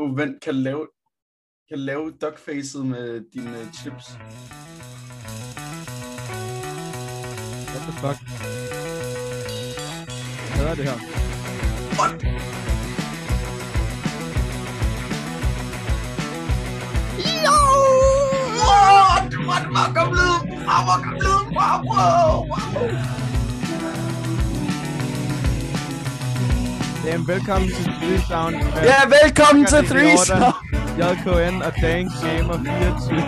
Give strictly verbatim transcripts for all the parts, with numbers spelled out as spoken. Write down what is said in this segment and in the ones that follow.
Oh, vent, kan du lave, kan du lave duckfacet med dine chips? What the fuck? Hvad er det her? What? Jo! Wow! Det var det var kom lyden! Wow, hvor kom lyden! Wow, wow, wow! Jamen, velkommen til Three Sound. Ja, velkommen til Three Sound! J K N og Dank Gamer fireogtyve.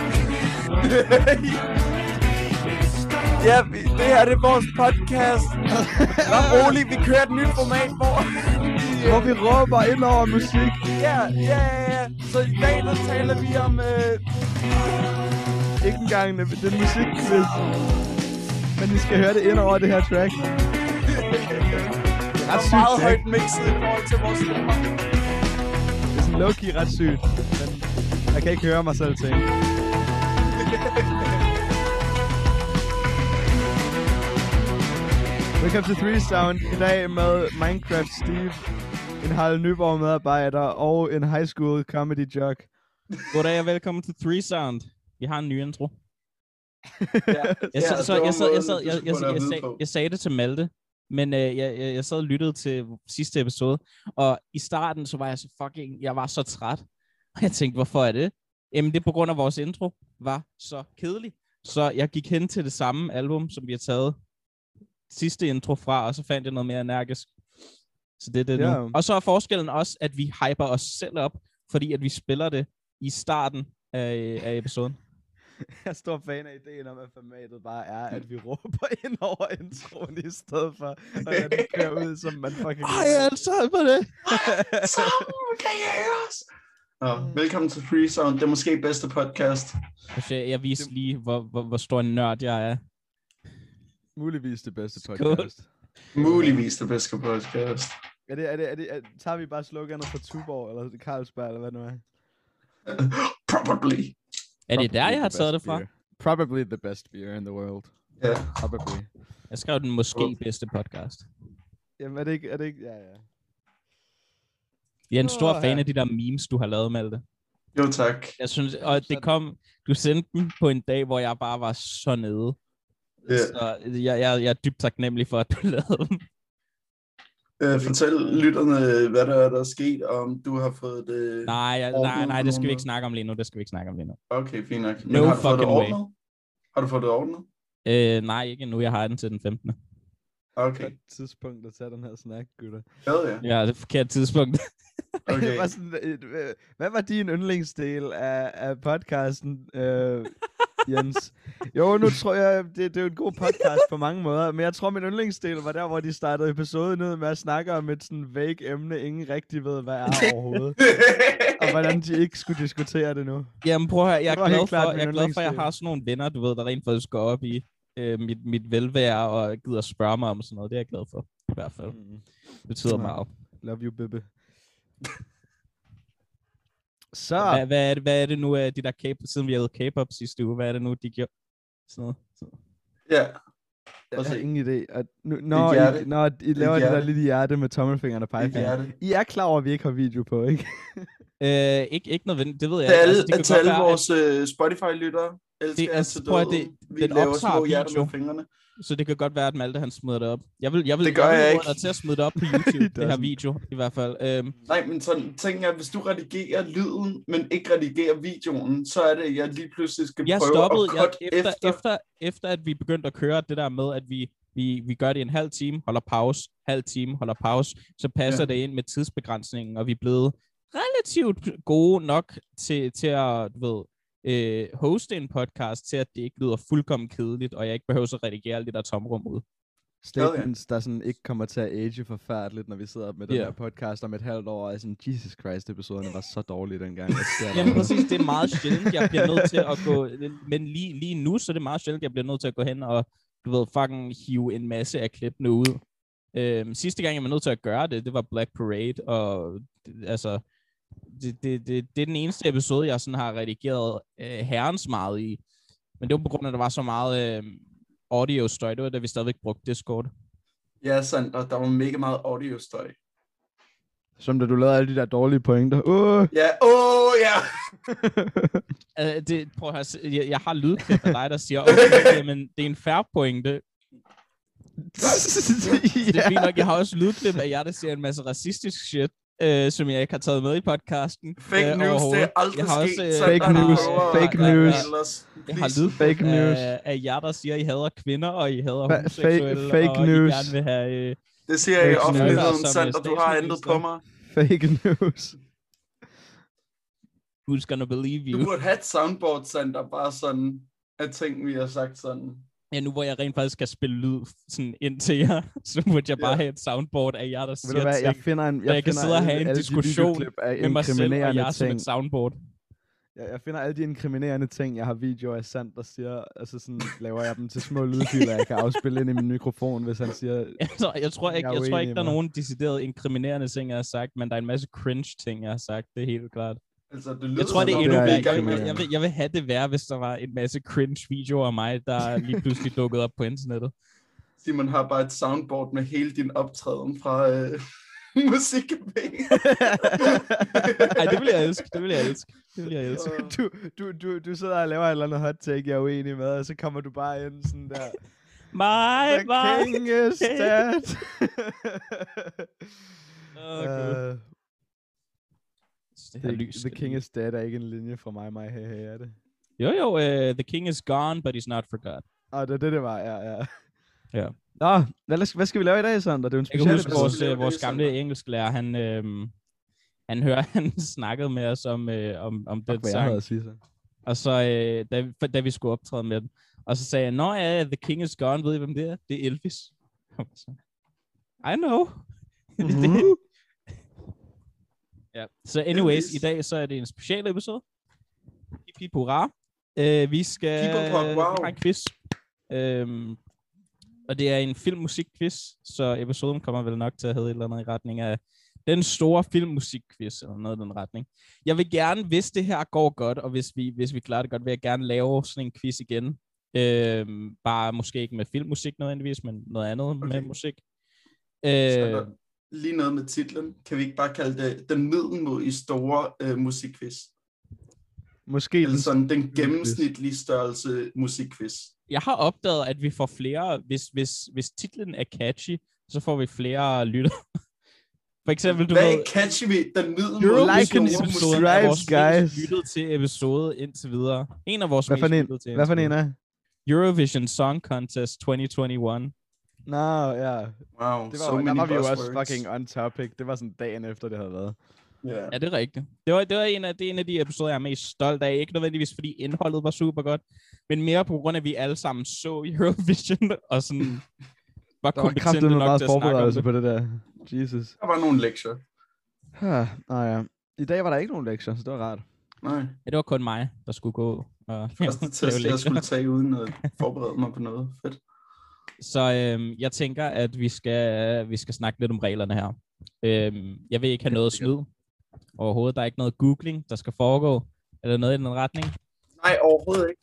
Ja, vi, det her det er vores podcast. Vær rolig, vi kører et nyt format, hvor... Hvor vi råber ind over musik. Ja, ja, ja. Så i dag, der taler vi om... Øh... Ikke engang det er musikquiz. Men I skal høre det ind over det her track. Det er ret sygt, meget track. Højt mixet i forhold til vores stemmer. Det er sådan low-key ret sygt. Men jeg kan ikke høre mig selv tænke. Velkommen til Three Sound. I dag med Minecraft Steve, en Harald Nyborg medarbejder og en high school comedy jock. Goddag og velkommen til Three Sound. Vi har en ny intro. Jeg sagde det til Malte, men øh, jeg, jeg, jeg sad og lyttede til sidste episode, og i starten så var jeg så fucking, jeg var så træt, og jeg tænkte, hvorfor er det? Jamen det er på grund af vores intro var så kedelig, så jeg gik hen til det samme album, som vi har taget sidste intro fra, og så fandt jeg noget mere energisk. Så det er det yeah. nu. Og så er forskellen også, at vi hyper os selv op, fordi at vi spiller det i starten af, af episoden. Jeg er stor fan af ideen om, at formatet bare er, at vi råber ind over introen i stedet for, og at det kører ud, som man fucking... Ej, jeg er så på det! Sammen kan jeg høre os! Oh, velkommen til Free Sound. Det er måske bedste podcast. Jeg, jeg viser lige, hvor, hvor, hvor stor en nørd jeg er. Muligvis det bedste podcast. Skål. Muligvis det bedste podcast. Er det, er det, er det, er, tager vi bare sloganet fra Tuborg, eller Carlsberg, eller hvad nu er? Probably. Er det der, jeg har taget det fra? Beer. Probably the best beer in the world. Ja. Yeah. Probably. Jeg skrev den måske oh. bedste podcast. Jamen er det ikke, er det ikke, ja ja. Jeg er en stor oh, fan ja. af de der memes, du har lavet, Malte. Jo tak. Jeg synes, og det kom, du sendte dem på en dag, hvor jeg bare var så nede. Yeah. Så jeg, jeg, jeg er dybt taknemmelig for, at du lavede dem. Uh, fortæl lytterne, hvad der er, der er sket, om du har fået det... Nej, jeg, nej, nej, det skal vi ikke snakke om lige nu. Det skal vi ikke snakke om lige nu. Okay, fint nok. Men no har du fået det way. ordnet? Har du fået det ordnet? Uh, nej, ikke endnu. Jeg har den til den femtende. Okay. Det er et tidspunkt at tage den her snak, gutter. Ja, ja. Ja, det er et forkert tidspunkt. Okay. Var sådan, hvad var din yndlingsdel af, af podcasten, øh, Jens? Jo, nu tror jeg, det, det er jo en god podcast på mange måder, men jeg tror, min yndlingsdel var der, hvor de startede episoden ned med at snakke om et sådan vague emne, ingen rigtig ved, hvad er overhovedet. Og hvordan de ikke skulle diskutere det nu. Jamen prøv at høre, jeg er glad for, jeg er glad for, at jeg har sådan nogle venner, du ved, der rent faktisk går op i øh, mit, mit velvære og gider spørge mig om sådan noget. Det er jeg glad for, i hvert fald. Mm. Det betyder mm. meget. Love you, baby. Så. Hvad, hvad, er det, hvad er det nu af de der K-pop, siden vi havde K-pop sidste uge? Hvad er det nu, de gjorde? Sådan noget. Ja. Jeg har ingen idé. At nu, når, I, når I laver det der lille hjerte med tommelfingeren og pegefingeren. I er klar over, at vi ikke har video på, ikke? øh, ikke, ikke nødvendigt, det ved jeg ikke. Altså, det til alle vores at... Spotify-lyttere elsker altså, prøv at det, vi laver små hjerter med fingrene. Så det kan godt være, at Malte han smider det op. Jeg vil, jeg vil, det gør jeg, jeg ikke. til at smide det op på YouTube, det her video, i hvert fald. Um, Nej, men sådan tænker jeg, hvis du redigerer lyden, men ikke redigerer videoen, så er det, jeg lige pludselig skal jeg prøve stoppede, at cut jeg, efter, efter. efter. Efter at vi begyndte at køre det der med, at vi, vi, vi gør det en halv time, holder pause, halv time, holder pause, så passer ja. det ind med tidsbegrænsningen, og vi er blevet relativt gode nok til, til at, du ved, Øh, hoste en podcast til, at det ikke lyder fuldkommen kedeligt, og jeg ikke behøver at redigere alt det der tomrum ud. Statements, der sådan ikke kommer til at age forfærdeligt, når vi sidder op med den yeah. her podcast om et halvt år, og sådan, Jesus Christ, episoderne var så dårlige dengang. Jamen præcis, det er meget sjældent, jeg bliver nødt til at gå, men lige, lige nu, så er det meget sjældent, jeg bliver nødt til at gå hen og, du ved, fucking hive en masse af klippene ud. Øhm, sidste gang, jeg var nødt til at gøre det, det var Black Parade, og altså, Det, det, det, det er den eneste episode, jeg sådan har redigeret øh, herrens meget i. Men det var på grund af, at der var så meget øh, audio-støj. Det var da vi stadigvæk brugte Discord. Ja, sandt. Og der var mega meget audio-støj. Som da du lavede alle de der dårlige pointer. Uh. Ja, åh, oh, ja. uh, det, prøv at høre, jeg, jeg har lydklip af dig, der siger, okay, men det er en fair pointe. yeah. Det er fint nok, jeg har også lydklip af jer, der siger en masse racistisk shit, øh, som jeg ikke har taget med i podcasten. Fake øh, news, det er aldrig sket. Også, øh, fake news, fake news. Jeg har lydklip fake news. af, af jer, der siger, I hader kvinder, og I hader Fa- homoseksuelle, fake, fake og news. I gerne vil have... Øh, det siger jeg i offentligheden, som, sandt, og du har ændret på mig. Fake news. Who's gonna believe you? Du burde have et soundboard, Sander, bare sådan, af ting, vi har sagt sådan. Ja, nu hvor jeg rent faktisk skal spille lyd sådan ind til jer, så burde jeg bare Ja. have et soundboard af jer, der siger Ved du hvad, ting. jeg finder en, jeg jeg kan finder sidde og have alle, en alle diskussion med mig selv og jer som et soundboard. Jeg, jeg finder alle de inkriminerende ting, jeg har videoer af Sand, der siger, altså sådan, laver jeg dem til små lydfiler, jeg kan afspille ind i min mikrofon, hvis han siger... Jeg tror, jeg tror ikke, jeg jeg, er tror ikke der er uenig i nogen decideret inkriminerende ting, jeg har sagt, men der er en masse cringe ting, jeg har sagt, det er helt klart. Altså, det lyder Jeg tror, det er som om, endnu det er værre. ikke Jeg, jeg, inkriminerende. jeg, vil, jeg vil have det værre, hvis der var en masse cringe videoer af mig, der lige pludselig dukkede op på internettet. Simon har bare et soundboard med hele din optræden fra øh, musikcafé. Ej, det vil jeg elske, det vil jeg elske. Det vil jeg elske. du, du, du, du sidder og laver et eller andet hot take, jeg er uenig med, og så kommer du bare ind sådan der... My, The my. king is dead. Åh, Gud. uh, Det her the, lys. the king is dead er ikke en linje fra mig, mig, hey, hey, er det? Jo, jo, uh, the king is gone, but he's not forgot. Åh, oh, det er det, det var, ja, ja. Ja. Nå, hvad, hvad skal vi lave i dag, Sander? Det er jo en Jeg kan speciel huske, episode. vores, Hvad skal vi øh, lave vores det, gamle Sander? engelsklærer, han, øhm, han, hører, han snakkede med os om, øh, om, om den Fuck, hvad jeg havde sang. at sige så. Og så, øh, da, for, da vi skulle optræde med den. Og så sagde jeg, nå ja, the king is gone, ved I, hvem det er? Det er Elvis. I know. Mhm. Ja. Så anyways, Elvis. i dag så er det en special episode. Hip hip hurra. Øh, vi skal... Hip-hop, wow. Vi har en quiz. Øhm, og det er en filmmusikquiz, så episoden kommer vel nok til at hedde et eller andet i retning af den store filmmusikquiz, eller noget i den retning. Jeg vil gerne, hvis det her går godt, og hvis vi, hvis vi klarer det godt, vil jeg gerne lave sådan en quiz igen. Øhm, bare måske ikke med filmmusik nødvendigvis, men noget andet okay. med musik. Så Øh, lige noget med titlen. Kan vi ikke bare kalde det den middelmodige store øh, musikquiz? Måske Eller den sådan den gennemsnitlige størrelse musikquiz. jeg har opdaget, at vi får flere, hvis, hvis, hvis titlen er catchy, så får vi flere lytter. For eksempel, du Hvad ved, er catchy ved den middelmodige Like and store episoden musikquiz? er subscribe, vores guys. mest lyttet til episode indtil videre. En af vores Hvad for mest en? lyttede til Hvad for en indtil er? videre. Eurovision Song Contest tyve enogtyve. Nå, ja. Wow, Det so var, der many var vi jo også buzzwords. fucking on topic. Det var sådan dagen efter, det havde været. Yeah. Ja, det er rigtigt. Det var, det var en, af, det er en af de episoder, jeg er mest stolt af. Ikke nødvendigvis, fordi indholdet var super godt, men mere på grund af, at vi alle sammen så Eurovision, og sådan var Der var kompetente kraftigt nok meget til at snakke om forberedelse det. på det der. Jesus. Der var nogle lektier. Ah, nej, ja. I dag var der ikke nogen lektier, så det var rart. Nej, Ja, det var kun mig, der skulle gå og første lave test, jeg lektier. skulle tage uden at forberede mig på noget. Fedt. Så øhm, jeg tænker, at vi skal, vi skal snakke lidt om reglerne her. Øhm, jeg vil ikke have noget snyd. Overhovedet, der er ikke noget googling, der skal foregå. Eller noget i den retning. Nej, overhovedet ikke.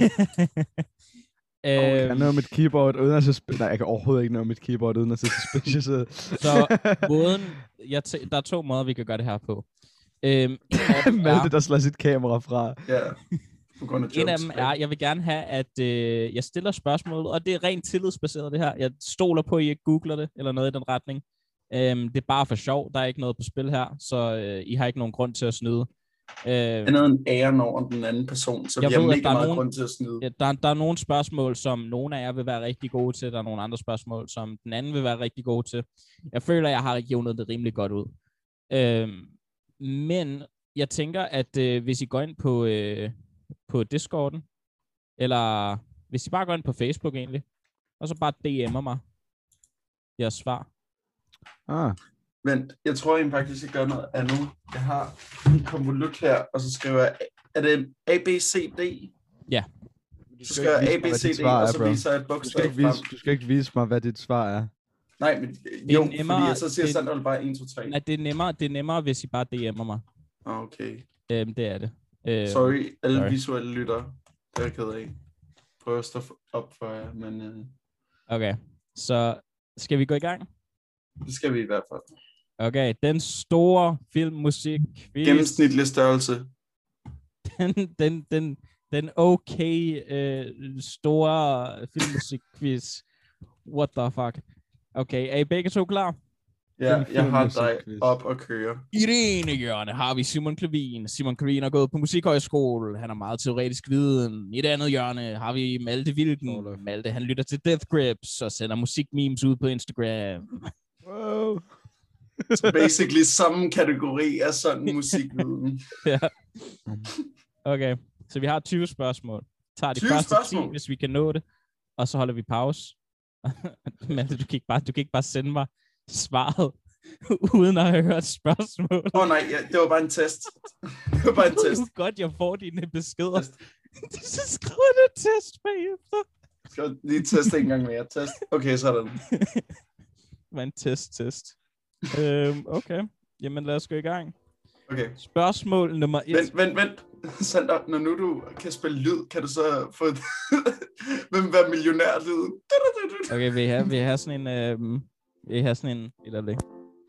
Jeg kan øhm, nå mit keyboard uden at se sp- Nej, jeg kan overhovedet ikke nå mit keyboard uden at se suspicious ud. så måden, jeg tæ- der er to måder, vi kan gøre det her på. Øhm, en af dem Malte, er, der slår sit kamera fra. Ja, på grund af jokes. en af dem er, jeg vil gerne have, at øh, jeg stiller spørgsmål, og det er rent tillidsbaseret det her. Jeg stoler på, at I ikke googler det, eller noget i den retning. Øhm, det er bare for sjov, der er ikke noget på spil her, så øh, I har ikke nogen grund til at snyde. Øh, andet end æren over den anden person, så Jeg vi har ved, at mega der er meget nogen- grund til at snyde. Ja, der, der er nogle spørgsmål, som nogle af jer vil være rigtig gode til. Der er nogle andre spørgsmål, som den anden vil være rigtig gode til. Jeg føler, jeg har jævnet det rimelig godt ud. Øhm, men jeg tænker, at øh, hvis I går ind på, øh, på Discorden, eller hvis I bare går ind på Facebook egentlig, og så bare D M'er mig jeres svar. Ah, Vent, jeg tror egentlig faktisk, jeg gør noget andet. Jeg har en konvolut her, og så skriver jeg, er det A, B, C, D? Ja. Så skriver jeg A, B, C, D, og så viser jeg et Du skal, bogstav ikke vise, frem. du skal ikke vise mig, hvad dit svar er. Nej, men er jo, nemmere- fordi så siger det- Sandra bare et, to, tre. Nej, det er nemmere, det er nemmere hvis I bare D M'er mig. Okay. Øhm, det er det. Øhm, Sorry, alle sorry. visuelle lyttere. Det er jeg ked af. Prøv at stå op for jer, men uh, Okay, så skal vi gå i gang? det skal vi i hvert fald. Okay, den store filmmusik quiz. Gennemsnitlig størrelse. Den, den, den, den okay øh, store filmmusik quiz. What the fuck? Okay, er I begge to klar? Ja, jeg har dig op og køre. I det ene hjørne har vi Simon Klevin. Simon Klevin har gået på musikhøjskole. Han har meget teoretisk viden. I det andet hjørne har vi Malte Wilken. Malte, han lytter til Death Grips og sender musikmemes ud på Instagram. Wow. Så basically samme kategori af sådan musikviden. Ja. Okay, så vi har tyve spørgsmål. Tager de tyve første spørgsmål? ti, hvis vi kan nå det. Og så holder vi pause. Malte, du kan ikke bare, du kan ikke bare sende mig svaret, uden at have hørt spørgsmål. Åh oh, nej, ja, det var bare en test. Det var bare en test. Det er godt, jeg får dine beskeder. Så skriver du test bagefter. Jeg skal lige teste en gang mere. Test. Okay, sådan. Det var en test, test. øhm, okay, jamen lad os gå i gang. Okay. Spørgsmål nummer et. Vent, vent, vent. Sander, når nu du kan spille lyd, kan du så få hvem være millionær-lyd? Okay, vil I have, vil I have sådan en... Øhm, vil I have sådan en... Eller det?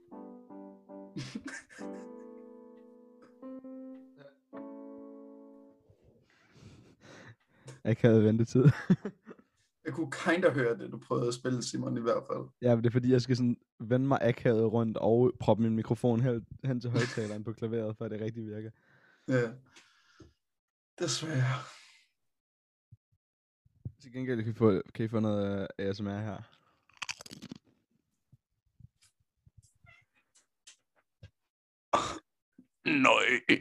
Jeg kan have ventetid. Jeg kunne kind of høre det, du prøvede at spille, Simon, i hvert fald. Ja, men det er fordi, jeg skal sådan vende mig akavet rundt og proppe min mikrofon hen, hen til højtaleren på klaveret, for at det rigtig virker. Ja. Desværre. Til gengæld kan I få, kan I få noget A S M R her. Nøj.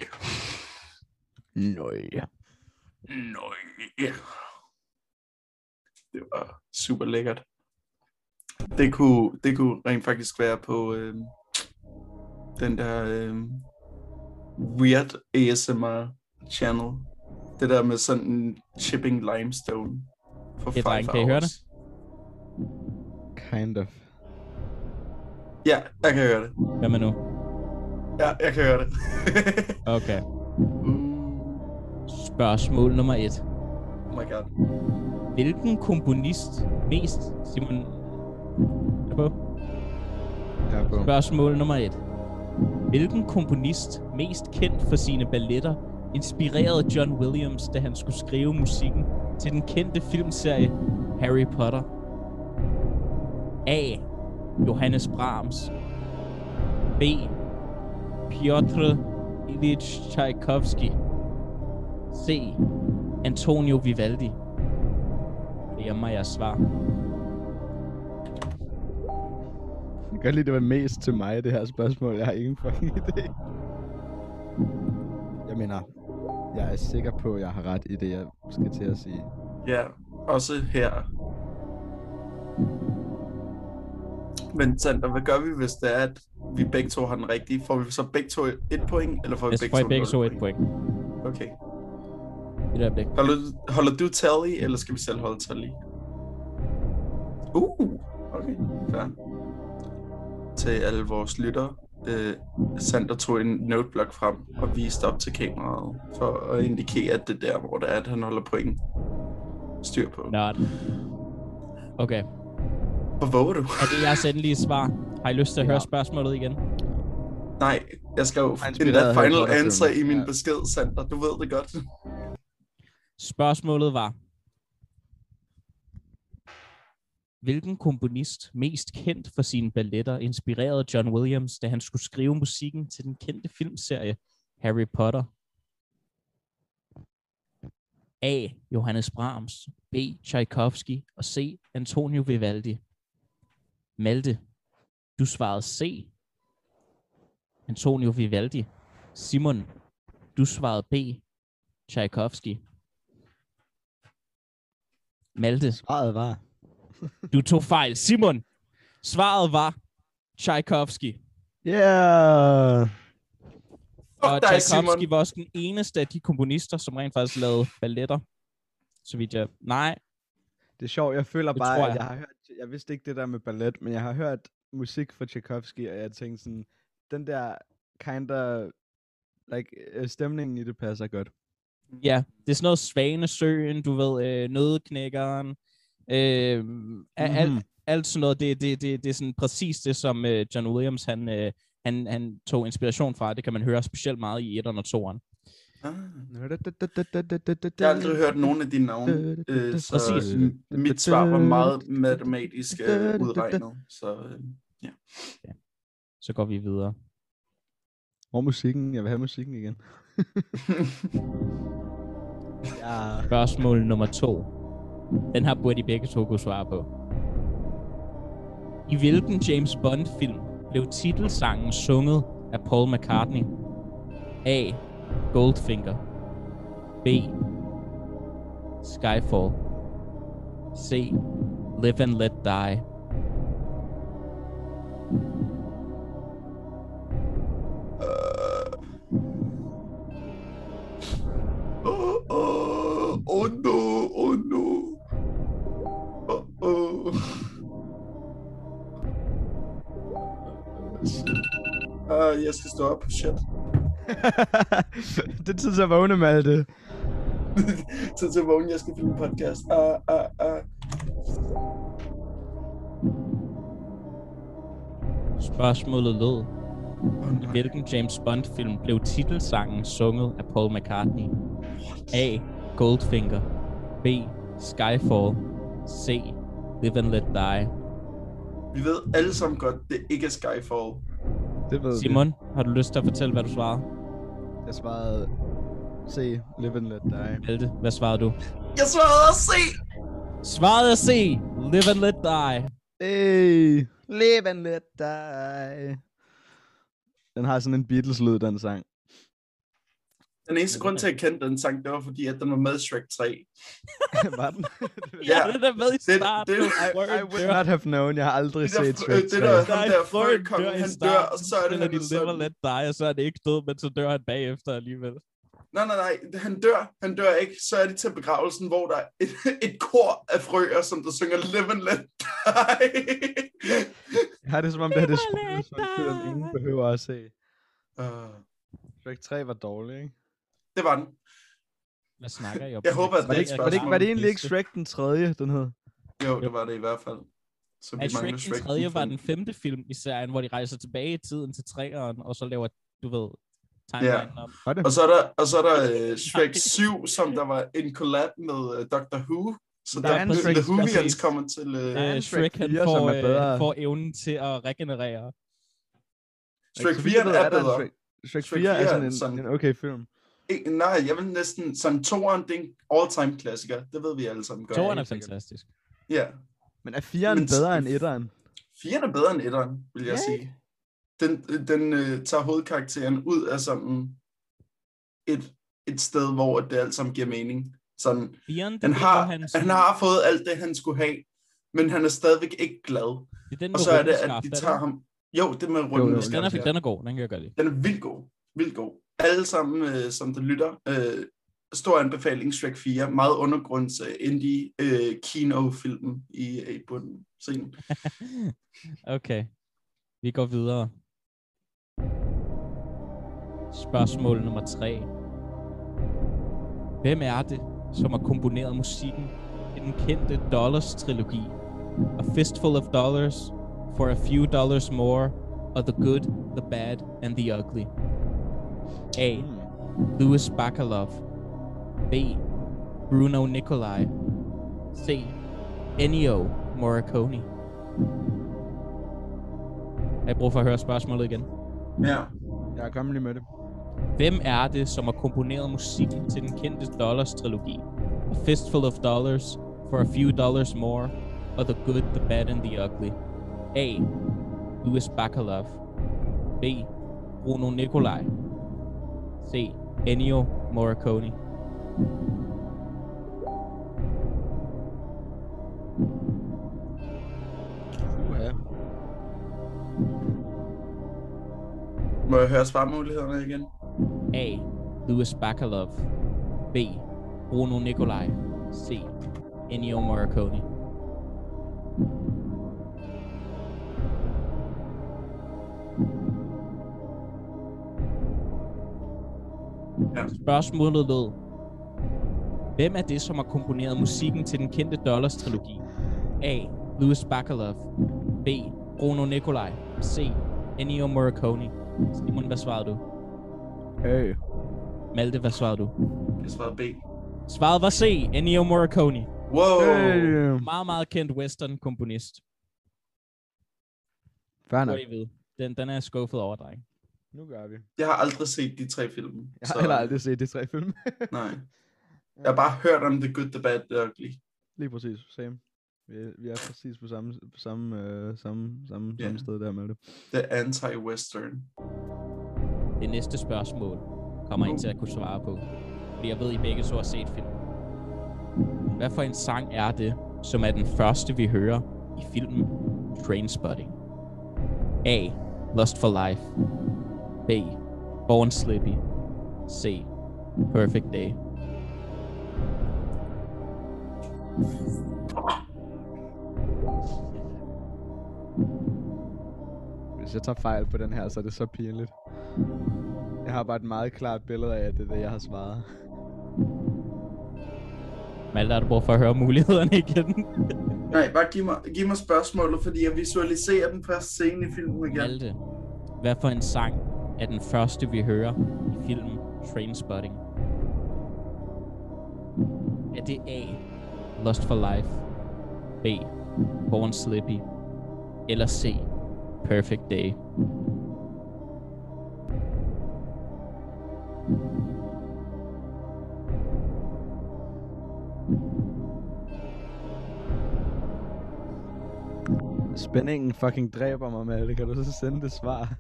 Nøj. Nøj. Det var super lækkert. Det kunne, det kunne rent faktisk være på øh, den der øh, weird A S M R channel. Det der med sådan en chipping limestone. For det er kan I høre det? Kind of. Ja, jeg kan høre det. Hvad med nu? Ja, jeg kan høre det. Okay. Spørgsmål nummer et. Oh my god. Hvilken komponist mest, Simon, er på? Jeg er på. Spørgsmål nummer et. Hvilken komponist mest kendt for sine balletter inspirerede John Williams, da han skulle skrive musikken til den kendte filmserie Harry Potter? A. Johannes Brahms. B. Piotr Ilyich Tchaikovsky. C. Antonio Vivaldi. Det er mig jeres svar. Jeg kan godt lide, det var mest til mig, det her spørgsmål. Jeg har ingen fucking idé. Jeg mener, jeg er sikker på, at jeg har ret i det, jeg skal til at sige. Ja, også her. Men Sander, hvad gør vi, hvis det er, at vi begge to har den rigtige? Får vi så begge to et point, eller får vi begge, får to, begge to et point? Okay. Et øjeblik. Holder, holder du tally, eller skal vi selv holde tally? Uh, okay, fair. Til alle vores lyttere. Øh, Sander tog en noteblok frem og viste op til kameraet, for at indikere, at det er der, hvor det er, at han holder point styr på. Not. Okay. Hvor våger du? Er det jeres endelige svar? Har I lyst til at ja. høre spørgsmålet igen? Nej, jeg skal jo finde that final answer i min ja. besked, Sander. Du ved det godt. Spørgsmålet var: hvilken komponist, mest kendt for sine balletter, inspirerede John Williams, da han skulle skrive musikken til den kendte filmserie Harry Potter? A. Johannes Brahms. B. Tchaikovsky. Og C. Antonio Vivaldi. Malte, du svarede C. Antonio Vivaldi. Simon, du svarede B. Tchaikovsky. Malte. Svaret var... Du tog fejl. Simon, svaret var Tchaikovsky. Yeah! Og Tchaikovsky var også den eneste af de komponister, som rent faktisk lavede balletter. Så vidt jeg... Nej. Det er sjovt, jeg føler det bare, jeg. at jeg har hørt... Jeg vidste ikke det der med ballet, men jeg har hørt musik fra Tchaikovsky, og jeg tænkte sådan, den der kind of... Like, stemningen i det passer godt. Ja, det er sådan noget Svanesøen, du ved, øh, Nøddeknækkeren, øh, mm-hmm. alt, alt sådan noget, det, det, det, det er sådan præcis det, som øh, John Williams, han, øh, han, han tog inspiration fra. Det kan man høre specielt meget i etteren og toeren. Ah. Jeg har aldrig hørt nogen af dine navne, øh, så Præcis. mit svar var meget matematisk øh, udregnet. Så øh, ja. ja. Så går vi videre. Hvor musikken? Jeg vil have musikken igen. ja. Spørgsmål nummer to. Den her burde I begge to kunne svare på. I hvilken James Bond-film blev titelsangen sunget af Paul McCartney? A. Goldfinger. B. Skyfall. C. Live and Let Die. Oh, oh, oh no, oh no. Oh, oh. Uh, jeg skal stå op. Shit. Det er tid til at vågne, Malte. Tid til at vågne, jeg skal filme podcast. Uh, uh, uh. Spørgsmålet lød. I hvilken James Bond-film blev titelsangen sunget af Paul McCartney? A. Goldfinger. B. Skyfall. C. Live and Let Die. Vi ved alle sammen godt, det ikke er Skyfall. Det ved Simon, vi. Har du lyst til at fortælle, hvad du svarede? Jeg svarede C. Live and Let Die. Malte, hvad svarede du? Jeg svarede C! Svarede C. Live and Let Die. Hey, Live and Let Die. Den har sådan en Beatles-lyd, den sang. Den eneste grund til, at jeg kendte den sang, det var fordi, at den var med i Shrek tre. Var den? ja, den er med i starten. Det, det, I, I would not have known. Jeg har aldrig det set der, Shrek tre. Det der, ham der frøkongen, han dør, og så er det han Live and Let Die, og så er det ikke død, men så dør han bagefter alligevel. Nej, nej, nej. Han dør. Han dør ikke. Så er det til begravelsen, hvor der er et, et kor af frøer, som der synger Live and Let Die. Jeg har det som om, det er det spil, som film, ingen behøver at se. Uh. Shrek tre var dårlig, ikke? Det var den. Hvad snakker I om? Jeg håber, at det, det ikke var det, ikke, var det egentlig ikke Shrek den tredje, den hed? Jo, det var det i hvert fald. Så vi Shrek den Shrek tredje var den femte film i serien, hvor de rejser tilbage i tiden til treeren, og så laver, du ved, timeline ja. om. Og så er der, og så er der uh, Shrek syv, som der var en collab med uh, Doctor Who. Så der, der er Shrek, The Whovians kommer til... Uh, uh, Shrek han får, uh, får evnen til at regenerere. Shrek fire er bedre. Shrek, Shrek fire er sådan en, sådan en okay film. Ikke, nej, jeg vil næsten... Sådan toeren, det er en all-time klassiker. Det ved vi alle sammen godt. Toeren er fantastisk. Ja. Men er firen bedre end etteren? Firen er bedre end etteren, vil jeg yeah. sige. Den, den øh, tager hovedkarakteren ud af sådan et, et sted, hvor det alt sammen giver mening. Sådan, Firen, han, har, han, han har fået alt det, han skulle have, men han er stadigvæk ikke glad. Det er den og så er det, at de tager ham... Jo, det med runden. Den er, den er god, den kan jeg gøre det. Den er vildt god, vildt god. Alle sammen, øh, som der lytter, øh, stor anbefaling, Shrek fire, meget undergrunds uh, indie uh, kino-filmen i, i bunden scenen. Okay, vi går videre. Spørgsmål nummer tre. Hvem er det, som har komponeret musikken i den kendte Dollars-trilogi? A Fistful of Dollars, For a Few Dollars More, og The Good, The Bad and The Ugly. A. Louis Bacalov. B. Bruno Nicolai. C. Ennio Morricone. Har jeg brug for at høre spørgsmålet igen? Ja. Jeg er kommet lige med det. Hvem er det, som har komponeret musikken til den kendte Dollars-trilogi? A Fistful of Dollars, For a Few Dollars More, og The Good, The Bad and The Ugly. A. Louis Bacalov. B. Bruno Nicolai. C. Ennio Morricone. Uha. Må jeg høre svarmulighederne igen? A. Louis Bacalov. B. Bruno Nicolai. C. Ennio Morricone. Ja. Spørgsmålet lød: hvem er det, som har komponeret musikken til den kendte Dollars-trilogi? A. Louis Bacalov. B. Bruno Nicolai. C. Ennio Morricone. Simon, hvad svarede du? Hey. Malte, hvad svarede du? Jeg svarede B. Svaret var C. Ennio Morricone. Wow. Hey. Meget, meget kendt western-komponist. Fair nok. Den, den er skuffet over, dreng. Nu gør vi. Jeg har aldrig set de tre film. Jeg har så... heller aldrig set de tre film. Nej. Jeg har bare hørt om The Good, The Bad, The Ugly. Lige præcis. Same. Vi er, vi er præcis på samme, på samme, øh, samme, samme, yeah. samme sted der med det. The anti-western. Det næste spørgsmål kommer uh. ind til at kunne svare på. Fordi jeg ved, I begge så har set filmen. Hvad for en sang er det, som er den første, vi hører i filmen Trainspotting? A. Lust for Life. B. Born Slippy. C. Perfect Day. Hvis jeg tager fejl på den her, så er det så pinligt. Jeg har bare et meget klart billede af, at det er det, jeg har svaret. Malte, har du brug for at høre mulighederne igen? Nej, bare giv mig, giv mig spørgsmålet, fordi jeg visualiserer den første scene i filmen igen. Malte, hvad for en sang er den første, vi hører i filmen Trainspotting? Er det A. Lust for Life, B. Born Slippy, eller C. Perfect Day? Spændingen fucking dræber mig, Malte. Kan du så sende det svar?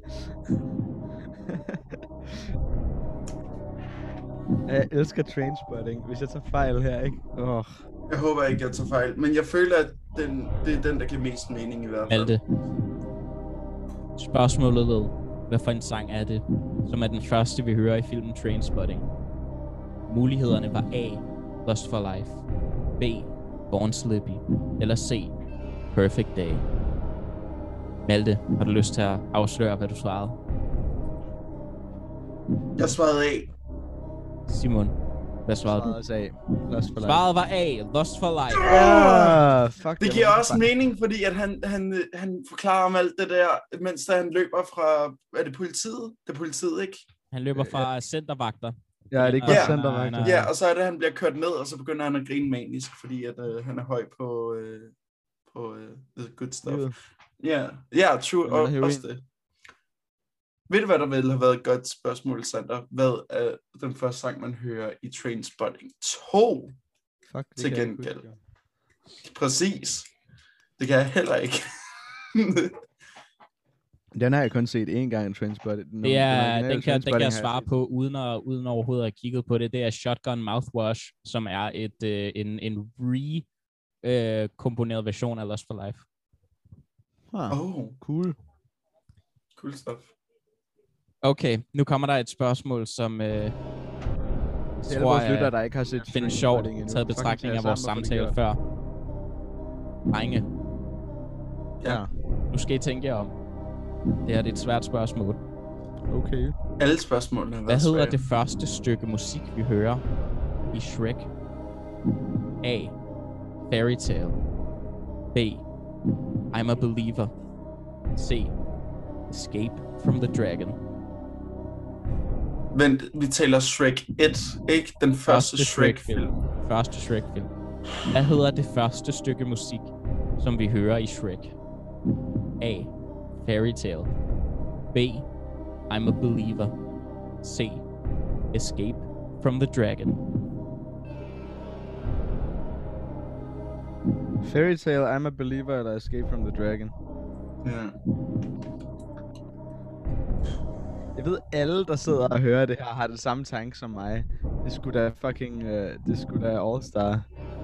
Jeg elsker Trainspotting. Hvis jeg tager fejl her, ikke? Oh. Jeg håber ikke, jeg tager fejl. Men jeg føler, at den, det er den, der giver mest mening i hvert fald. Malte. Spørgsmålet lød, hvad for en sang er det, som er den første, vi hører i filmen Trainspotting? Mulighederne var A. Lust for Life, B. Born Slippy, eller C. Perfect Day. Malte, har du lyst til at afsløre, hvad du svarede? Jeg svarede A. Simon, hvad svarede du? A. Lust for Life. Svaret var A. Lust for Life. Yeah, fuck det giver også mening, fordi at han, han, han forklarer om alt det der, mens der han løber fra, er det politiet? Det er politiet, ikke? Han løber fra centervagter. Ja, det er ikke ja, centervagter. Ja, og så er det, han bliver kørt ned, og så begynder han at grine manisk, fordi at, uh, han er høj på, uh, på uh, the good stuff. Ja, yeah. yeah, true, og også det. Ved du, hvad der ville have været et godt spørgsmål, Sander? Hvad er den første sang, man hører i Trainspotting to? Fuck, til gengæld. Præcis. Det kan jeg heller ikke. Den har jeg kun set én gang i Trainspotting. Det er, den, den, kan, den kan jeg svare på, uden, at, uden overhovedet at have kigget på det. Det er Shotgun Mouthwash, som er et, øh, en, en re-komponeret øh, version af Lust for Life. Huh. Oh, cool. Cool stuff. Okay, nu kommer der et spørgsmål, som øh, tror jeg, lytter, der ikke har set finder sjovt, taget betragtning af vores samtale før. Drenge. Ja. Nu skal I tænke jer om. Det her det er et svært spørgsmål. Okay. Alle spørgsmålene har Hvad hedder svære. det første stykke musik, vi hører i Shrek? A. Fairy Tale. B. I'm a Believer. C. Escape from the Dragon. Vent, vi taler Shrek et, ikke den første, første Shrek-film. Shrek første Shrek-film. Hvad hedder det første stykke musik, som vi hører i Shrek? A. Fairy Tale. B. I'm a Believer. C. Escape from the Dragon. Fairy Tale, I'm a Believer, eller Escape from the Dragon. Ja. Jeg ved, alle, der sidder og hører det her, har det samme tanke som mig. Det skulle da fucking... Uh, det skulle da All-Star.